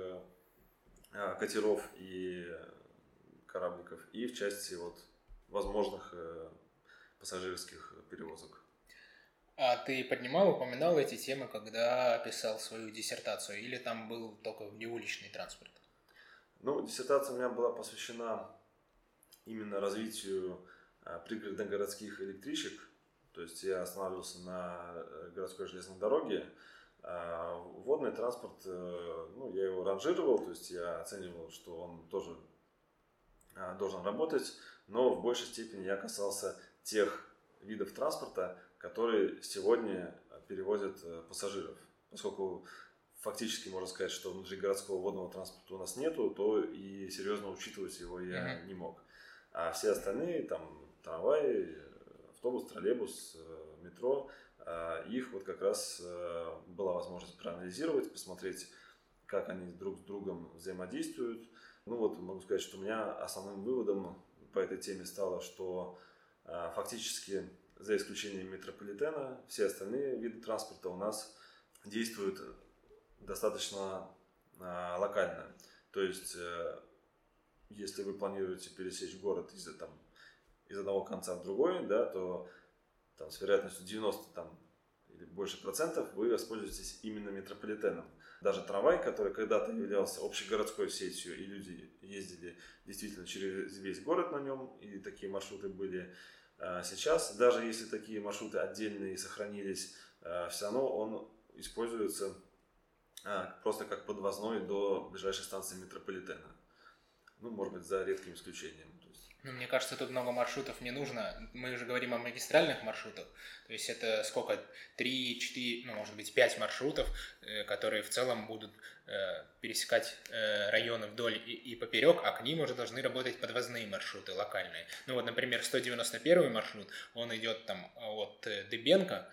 катеров и корабликов, и в части вот возможных пассажирских перевозок. А ты упоминал эти темы, когда писал свою диссертацию, или там был только внеуличный транспорт? Ну, диссертация у меня была посвящена именно развитию пригородно-городских электричек. То есть я останавливался на городской железной дороге, Водный транспорт, я его ранжировал, то есть я оценивал, что он тоже должен работать, но в большей степени я касался тех видов транспорта, которые сегодня перевозят пассажиров. Поскольку фактически можно сказать, что внутригородского водного транспорта у нас нету, то и серьезно учитывать его я не мог. А все остальные, там, трамваи, автобус, троллейбус, метро, их вот как раз была возможность проанализировать, посмотреть, как они друг с другом взаимодействуют. Могу сказать, что у меня основным выводом по этой теме стало, что фактически, за исключением метрополитена, все остальные виды транспорта у нас действуют достаточно локально. То есть, если вы планируете пересечь город из одного конца в другой, да, то там, с вероятностью 90 или больше процентов вы воспользуетесь именно метрополитеном. Даже трамвай, который когда-то являлся общегородской сетью, и люди ездили действительно через весь город на нем, и такие маршруты были сейчас, даже если такие маршруты отдельные сохранились, все равно он используется просто как подвозной до ближайшей станции метрополитена. Может быть, за редким исключением. Мне кажется, тут много маршрутов не нужно. Мы уже говорим о магистральных маршрутах. То есть это сколько? 3, 4, может быть, 5 маршрутов, которые в целом будут пересекать районы вдоль и поперек, а к ним уже должны работать подвозные маршруты локальные. Например, 191 маршрут, он идет там от Дыбенко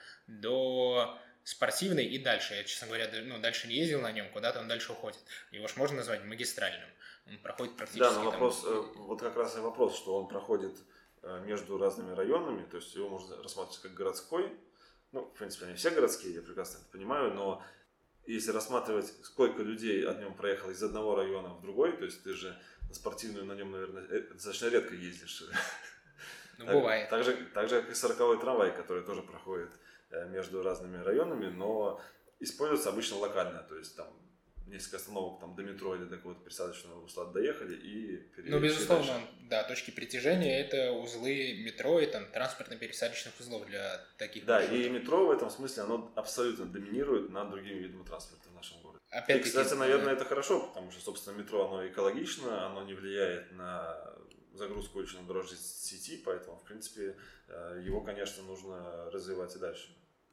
до Спортивный и дальше. Я, честно говоря, дальше не ездил на нем, куда-то он дальше уходит. Его же можно назвать магистральным. Он проходит практически... Да, но вопрос, вот как раз и вопрос, что он проходит между разными районами, то есть его можно рассматривать как городской. В принципе, они все городские, я прекрасно это понимаю, но если рассматривать, сколько людей от него проехало из одного района в другой, то есть ты же на Спортивную на нем, наверное, достаточно редко ездишь. Бывает. Так же, как и 40-й трамвай, который тоже проходит между разными районами, но используется обычно локально, то есть там несколько остановок до метро или до какого-то пересадочного узла доехали и переехали. Безусловно, дальше. Да, точки притяжения – это узлы метро и транспортно-пересадочных узлов для таких маршрутов. И метро в этом смысле, оно абсолютно доминирует над другими видами транспорта в нашем городе. И, кстати, наверное, это хорошо, потому что, собственно, метро, оно экологично, оно не влияет на загрузку улично-дорожной сети, поэтому, в принципе, его, конечно, нужно развивать и дальше.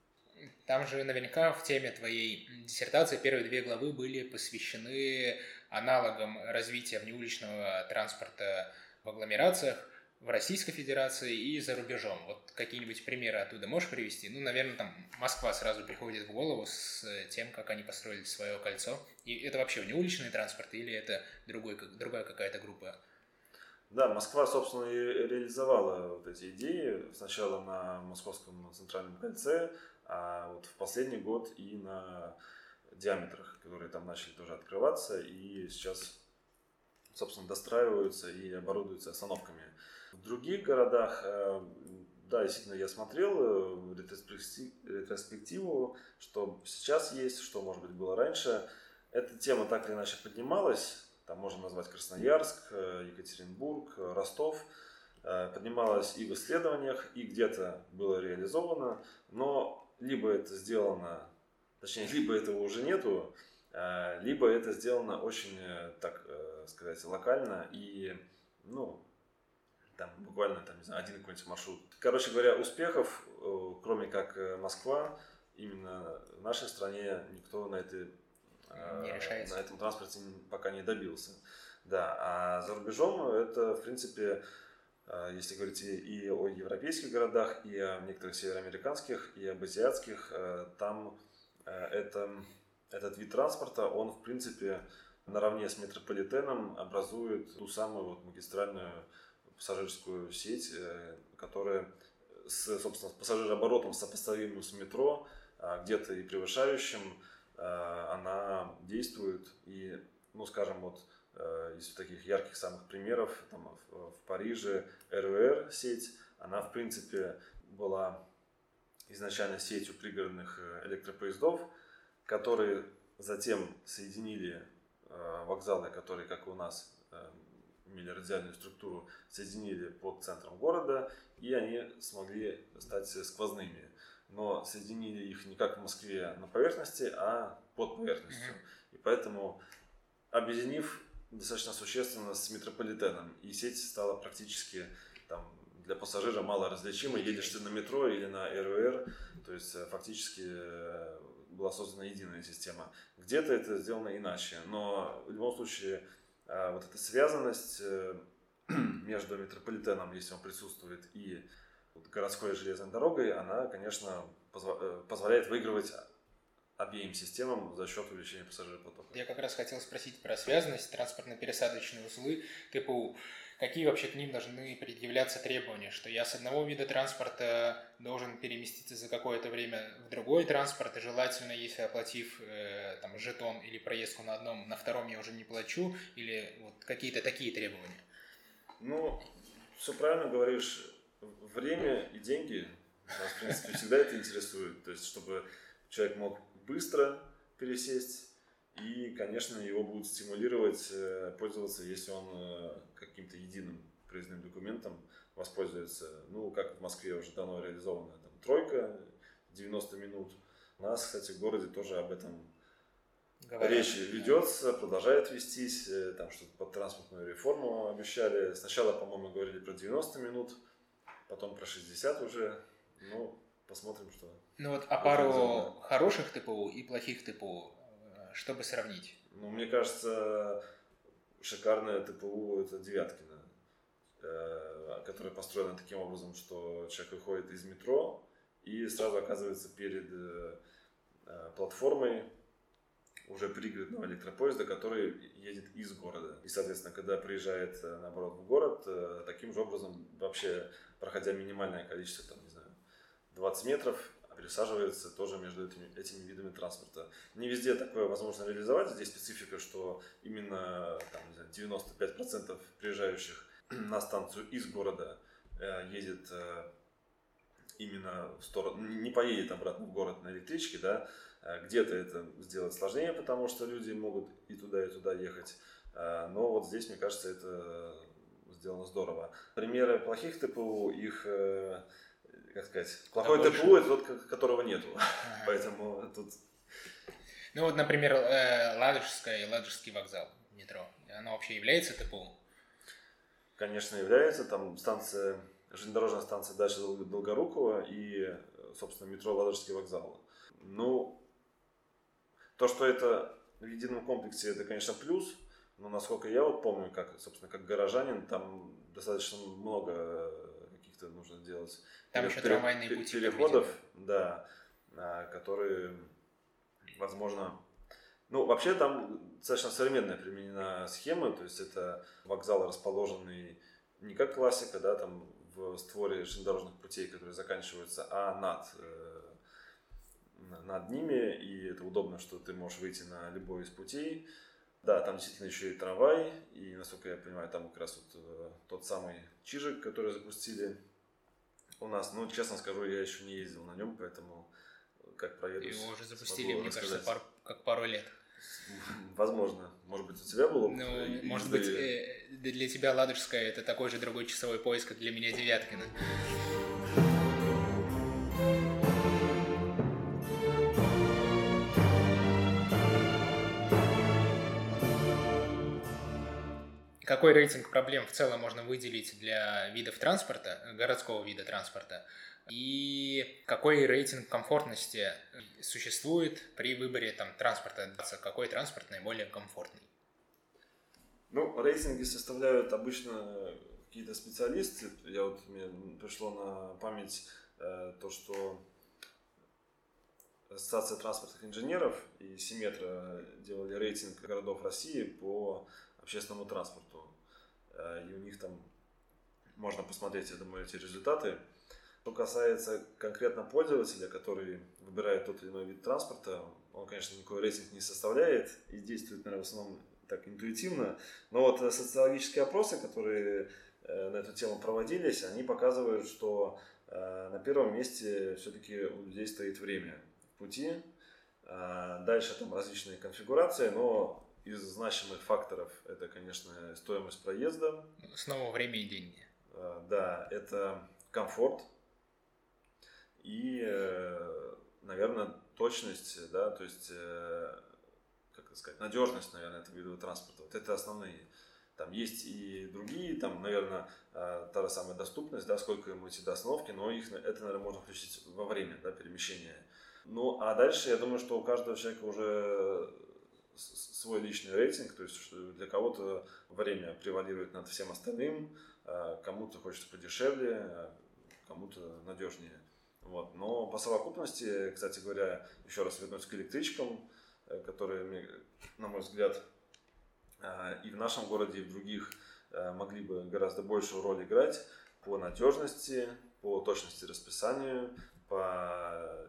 Там же наверняка в теме твоей диссертации первые 2 главы были посвящены аналогам развития внеуличного транспорта в агломерациях в Российской Федерации и за рубежом. Вот какие-нибудь примеры оттуда можешь привести? Наверное, там Москва сразу приходит в голову с тем, как они построили свое кольцо. И это вообще внеуличный транспорт или это другая какая-то группа? Да, Москва, собственно, и реализовала вот эти идеи сначала на Московском центральном кольце, а вот в последний год и на диаметрах, которые там начали тоже открываться и сейчас, собственно, достраиваются и оборудуются остановками. В других городах, да, действительно, я смотрел ретроспективу, что сейчас есть, что, может быть, было раньше. Эта тема так или иначе поднималась. Там можно назвать Красноярск, Екатеринбург, Ростов. Поднималась и в исследованиях, и где-то было реализовано, но либо это сделано, точнее, либо этого уже нету, либо это сделано очень, так сказать, локально и, там буквально, не знаю, один какой-нибудь маршрут. Короче говоря, успехов, кроме как Москва, именно в нашей стране никто на этом транспорте пока не добился. Да, а за рубежом это, в принципе, если говорить и о европейских городах, и о некоторых североамериканских, и об азиатских, там этот вид транспорта, он, в принципе, наравне с метрополитеном образует ту самую магистральную пассажирскую сеть, которая, собственно, с пассажирооборотом сопоставимым с метро, где-то и превышающим, она действует. И, скажем, из таких ярких самых примеров, в Париже РЭР сеть, она, в принципе, была изначально сетью пригородных электропоездов, которые затем соединили вокзалы, которые, как и у нас, имели радиальную структуру, соединили под центром города, и они смогли стать сквозными. но соединили их не как в Москве на поверхности, а под поверхностью. И поэтому, объединив достаточно существенно с метрополитеном, и сеть стала практически там, для пассажира малоразличимой. Едешь ты на метро или на РВР, то есть фактически была создана единая система. Где-то это сделано иначе, но в любом случае вот эта связанность между метрополитеном, если он присутствует, и городской железной дорогой, она, конечно, позволяет выигрывать обеим системам за счет увеличения пассажиропотока. Я как раз хотел спросить про связанность, транспортно-пересадочные узлы, ТПУ. Какие вообще к ним должны предъявляться требования? Что я с одного вида транспорта должен переместиться за какое-то время в другой транспорт, и желательно, если оплатив там, жетон или проездку на одном, на втором я уже не плачу, или вот какие-то такие требования? Ну, все правильно говоришь. Время и деньги нас, в принципе, всегда это интересует. То есть, чтобы человек мог быстро пересесть, и, конечно, его будут стимулировать пользоваться, если он каким-то единым проездным документом воспользуется. Ну, как в Москве уже давно реализована там, тройка, 90 минут. У нас, кстати, в городе тоже об этом речь ведется, продолжает вестись. Там что-то под транспортную реформу обещали. Сначала, по-моему, говорили про 90 минут, потом про 60 уже. Ну, посмотрим, что... Ну вот, а пару хороших ТПУ и плохих ТПУ, чтобы сравнить? Ну, мне кажется, шикарное ТПУ это Девяткино, которое построено таким образом, что человек выходит из метро и сразу оказывается перед платформой уже пригородного электропоезда, который едет из города. И, соответственно, когда приезжает, наоборот, в город, таким же образом, вообще, проходя минимальное количество, там, не знаю, 20 метров, пересаживается тоже между этими видами транспорта. Не везде такое возможно реализовать. Здесь специфика, что именно там, не знаю, 95% приезжающих на станцию из города едет именно в сторону, не поедет обратно в город на электричке, да. Где-то это сделать сложнее, потому что люди могут и туда ехать. Но вот здесь, мне кажется, это сделано здорово. Примеры плохих ТПУ, их, как сказать, плохой ТПУ это тот, которого нету. Поэтому тут... Ну вот, например, Ладожская и Ладожский вокзал метро. Оно вообще является ТПУ? Конечно, является. Там станция, железнодорожная станция дальше Долгорукова и, собственно, метро Ладожский вокзал. Ну, то, что это в едином комплексе, это, конечно, плюс, но насколько я вот помню, как, собственно, как горожанин, там достаточно много каких-то нужно делать там еще трамвайные пути переходов, да, которые, возможно... Ну, вообще там достаточно современная применена схема, то есть это вокзал, расположенный не как классика, да, там в створе железнодорожных путей, которые заканчиваются, а над ними, и это удобно, что ты можешь выйти на любой из путей. Да, там действительно еще и трамвай, и, насколько я понимаю, там как раз вот тот самый Чижик, который запустили у нас. Ну, честно скажу, я еще не ездил на нем, поэтому как проеду. Его уже запустили, мне кажется, пару лет. Возможно. Может быть, у тебя был опыт? Ну, может быть, для тебя Ладожская это такой же другой часовой пояс, как для меня Девяткино. Какой рейтинг проблем в целом можно выделить для видов транспорта, городского вида транспорта? И какой рейтинг комфортности существует при выборе там, транспорта? Какой транспорт наиболее комфортный? Ну, рейтинги составляют обычно какие-то специалисты. Мне пришло на память то, что Ассоциация транспортных инженеров и Симметра делали рейтинг городов России по общественному транспорту. И у них там можно посмотреть, я думаю, эти результаты. Что касается конкретно пользователя, который выбирает тот или иной вид транспорта, он, конечно, никакой рейтинг не составляет и действует, наверное, в основном так интуитивно. Но вот социологические опросы, которые на эту тему проводились, они показывают, что на первом месте все-таки у людей стоит время в пути. Дальше там различные конфигурации, но из значимых факторов это, конечно, стоимость проезда. Снова время и деньги. Да, это комфорт и наверное, точность, да, то есть, как это сказать, надежность, наверное, этого вида транспорта. Вот это основные. Там есть и другие, там, наверное, та же самая доступность, да, сколько ему идти до остановки, но это, наверное, можно включить во время, да, перемещения. Ну, а дальше, я думаю, что у каждого человека уже свой личный рейтинг, то есть что для кого-то время превалирует над всем остальным, кому-то хочется подешевле, кому-то надежнее. Вот. Но по совокупности, кстати говоря, еще раз вернусь к электричкам, которые, на мой взгляд, и в нашем городе, и в других могли бы гораздо большую роль играть по надежности, по точности расписания, по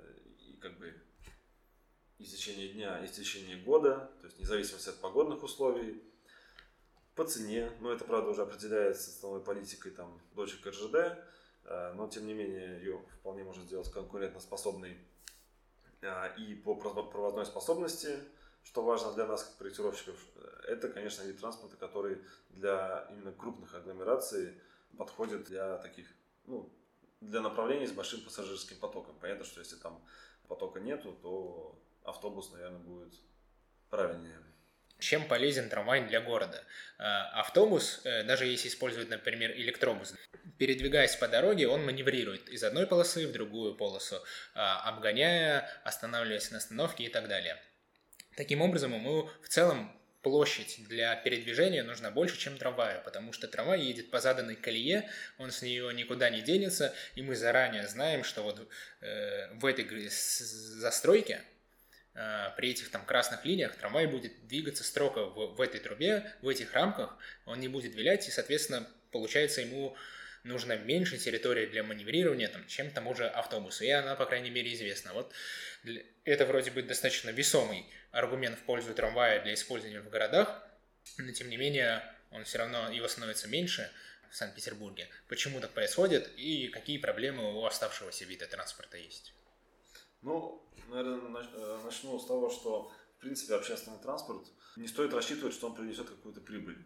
истечении дня, истечении года, то есть независимо от погодных условий, по цене, но это, правда, уже определяется ценовой политикой дочек РЖД, но, тем не менее, ее вполне можно сделать конкурентоспособной, и по проводной способности, что важно для нас, как проектировщиков, это, конечно, вид транспорта, который для именно крупных агломераций подходит для таких, для направлений с большим пассажирским потоком. Понятно, что если там потока нету, то автобус, наверное, будет правильнее. Чем полезен трамвай для города? Автобус, даже если использовать, например, электробус, передвигаясь по дороге, он маневрирует из одной полосы в другую полосу, обгоняя, останавливаясь на остановке и так далее. Таким образом, ему в целом площадь для передвижения нужна больше, чем трамваю, потому что трамвай едет по заданной колее, он с нее никуда не денется, и мы заранее знаем, что вот в этой застройке, при этих красных линиях трамвай будет двигаться строго в этой трубе, в этих рамках, он не будет вилять, и, соответственно, получается, ему нужна меньше территории для маневрирования, чем тому же автобусу, и она, по крайней мере, известна. Вот это вроде бы достаточно весомый аргумент в пользу трамвая для использования в городах, но, тем не менее, его становится меньше в Санкт-Петербурге. Почему так происходит и какие проблемы у оставшегося вида транспорта есть? Наверное, начну с того, что, в принципе, общественный транспорт не стоит рассчитывать, что он принесет какую-то прибыль.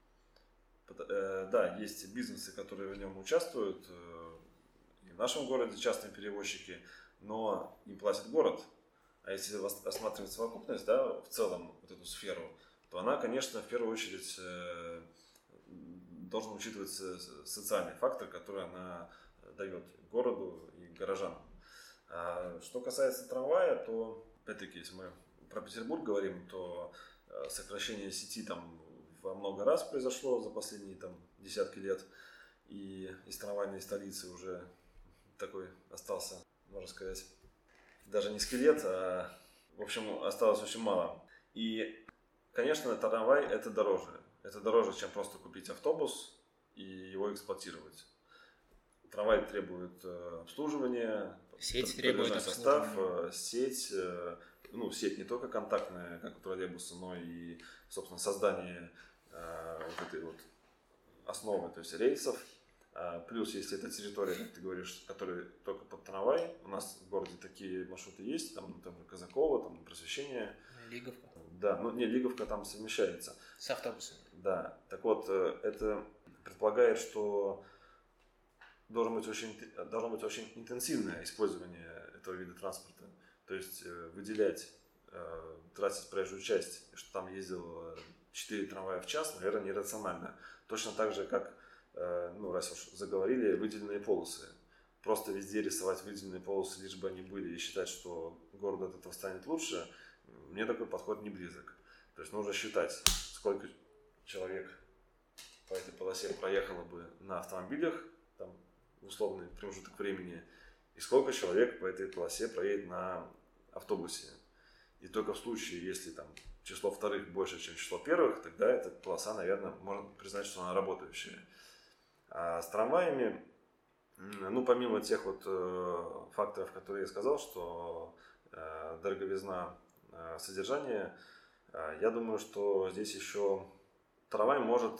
Да, есть бизнесы, которые в нем участвуют, и в нашем городе частные перевозчики, но им платит город. А если осматривать совокупность, да, в целом вот эту сферу, то она, конечно, в первую очередь должен учитываться социальный фактор, который она дает городу и горожанам. Что касается трамвая, то, опять-таки, если мы про Петербург говорим, то сокращение сети во много раз произошло за последние десятки лет, и из трамвайной столицы уже такой остался, можно сказать, даже не скелет, а, в общем, осталось очень мало. И, конечно, трамвай это дороже. Это дороже, чем просто купить автобус и его эксплуатировать. Трамвай требует обслуживания, сеть требует состав, сеть не только контактная, как у троллейбуса, но и, собственно, создание вот этой вот основы, то есть рельсов. Плюс, если это территория, как ты говоришь, которая только под трамвай, у нас в городе такие маршруты есть, там Казакова, Просвещение. Лиговка. Да, Лиговка там совмещается. С автобусами. Да, так вот, это предполагает, что должно быть очень интенсивное использование этого вида транспорта. То есть выделять, тратить проезжую часть, что там ездил 4 трамвая в час, наверное, нерационально. Точно так же, как, раз уж заговорили, выделенные полосы. Просто везде рисовать выделенные полосы, лишь бы они были, и считать, что город от этого станет лучше, мне такой подход не близок. То есть нужно считать, сколько человек по этой полосе проехало бы на автомобилях, в условный промежуток времени, и сколько человек по этой полосе проедет на автобусе. И только в случае, если число вторых больше, чем число первых, тогда эта полоса, наверное, можно признать, что она работающая. А с трамваями, помимо тех факторов, которые я сказал, что дороговизна содержания, я думаю, что здесь еще трамвай может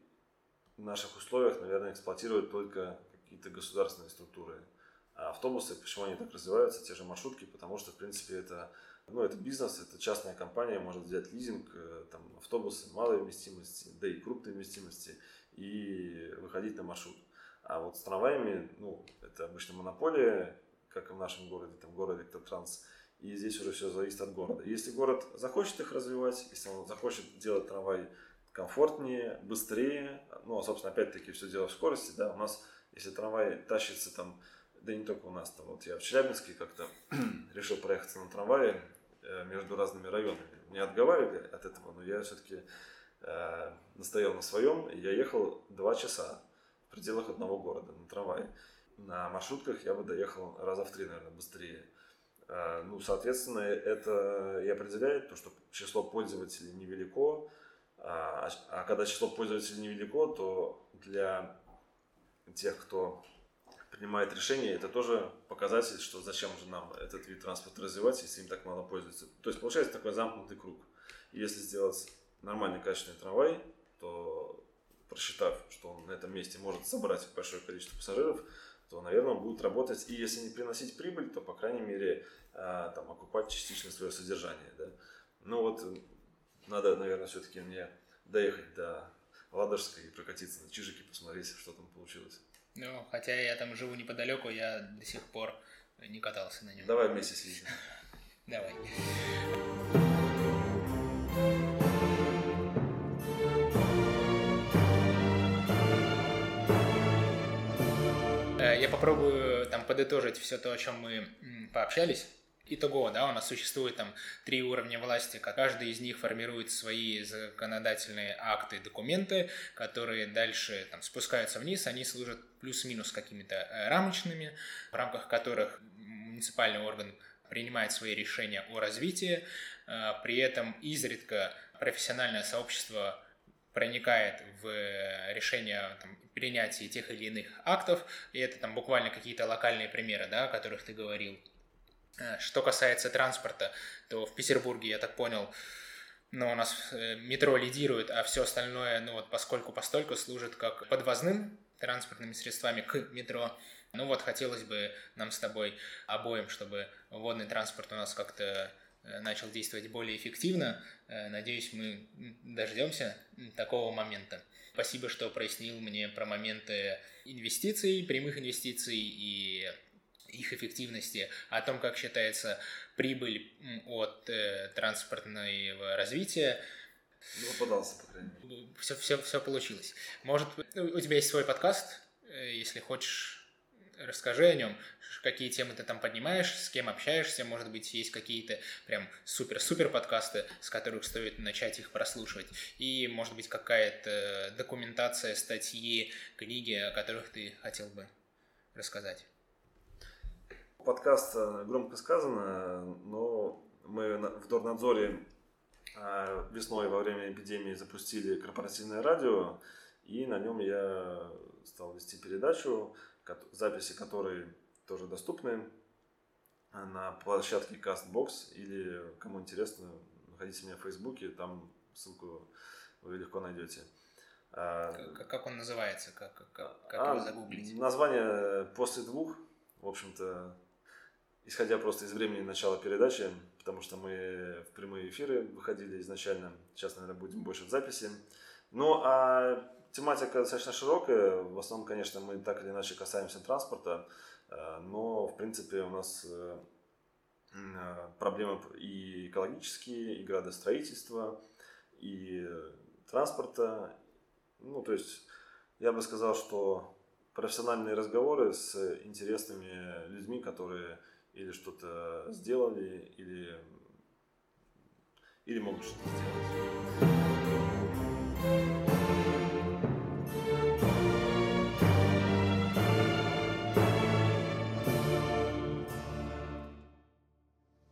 в наших условиях, наверное, эксплуатировать только какие-то государственные структуры. А автобусы, почему они так развиваются, те же маршрутки, потому что, в принципе, это бизнес, это частная компания, может взять лизинг, автобусы малой вместимости, да и крупной вместимости, и выходить на маршрут. А вот с трамваями, это обычно монополия, как и в нашем городе, там город Электротранс. И здесь уже все зависит от города. Если город захочет их развивать, если он захочет делать трамвай комфортнее, быстрее, ну, собственно, опять-таки все дело в скорости, да, у нас, если трамвай тащится там, да не только у нас, там, вот я в Челябинске как-то решил проехаться на трамвае между разными районами. Меня отговаривали от этого, но я все-таки настоял на своем, и я ехал 2 часа в пределах одного города на трамвае. На маршрутках я бы доехал раза в 3, наверное, быстрее. Ну, соответственно, это и определяет то, что число пользователей невелико, а когда число пользователей невелико, то для тех, кто принимает решение, это тоже показатель, что зачем же нам этот вид транспорта развивать, если им так мало пользуются. То есть получается такой замкнутый круг. И если сделать нормальный качественный трамвай, то просчитав, что он на этом месте может собрать большое количество пассажиров, то, наверное, он будет работать, и если не приносить прибыль, то, по крайней мере, там, окупать частично свое содержание. Да? Ну вот, надо, наверное, все-таки мне доехать до Ладожска и прокатиться на Чижике, посмотреть, что там получилось. Ну, хотя я там живу неподалеку, я до сих пор не катался на нем. Давай вместе съездим. Давай. Я попробую там подытожить все то, о чем мы пообщались. Итого, да, у нас существует там 3 уровня власти, каждый из них формирует свои законодательные акты, документы, которые дальше там спускаются вниз, они служат плюс-минус какими-то рамочными, в рамках которых муниципальный орган принимает свои решения о развитии, при этом изредка профессиональное сообщество проникает в решение там, принятия тех или иных актов, и это там буквально какие-то локальные примеры, да, о которых ты говорил. Что касается транспорта, то в Петербурге, я так понял, у нас метро лидирует, а все остальное, поскольку-постольку служит как подвозным транспортными средствами к метро. Хотелось бы нам с тобой обоим, чтобы водный транспорт у нас как-то начал действовать более эффективно. Надеюсь, мы дождемся такого момента. Спасибо, что прояснил мне про моменты инвестиций, прямых инвестиций и их эффективности, о том, как считается прибыль от транспортного развития. Попадался, по крайней мере. Все получилось. Может, у тебя есть свой подкаст, если хочешь, расскажи о нем, какие темы ты там поднимаешь, с кем общаешься, может быть, есть какие-то прям супер-супер подкасты, с которых стоит начать их прослушивать, и, может быть, какая-то документация, статьи, книги, о которых ты хотел бы рассказать. Подкаст громко сказано, но мы в Дорнадзоре весной во время эпидемии запустили корпоративное радио, и на нем я стал вести передачу, записи которой тоже доступны на площадке CastBox, или, кому интересно, находите меня в Фейсбуке, там ссылку вы легко найдете. Как он называется? Как его загуглить? Название «После двух», в общем-то, исходя просто из времени начала передачи, потому что мы в прямые эфиры выходили изначально, сейчас, наверное, будем больше в записи. Ну, а тематика достаточно широкая, в основном, конечно, мы так или иначе касаемся транспорта, но, в принципе, у нас проблемы и экологические, и градостроительства, и транспорта. Ну, то есть, я бы сказал, что профессиональные разговоры с интересными людьми, которые или что-то сделали, или могут что-то сделать.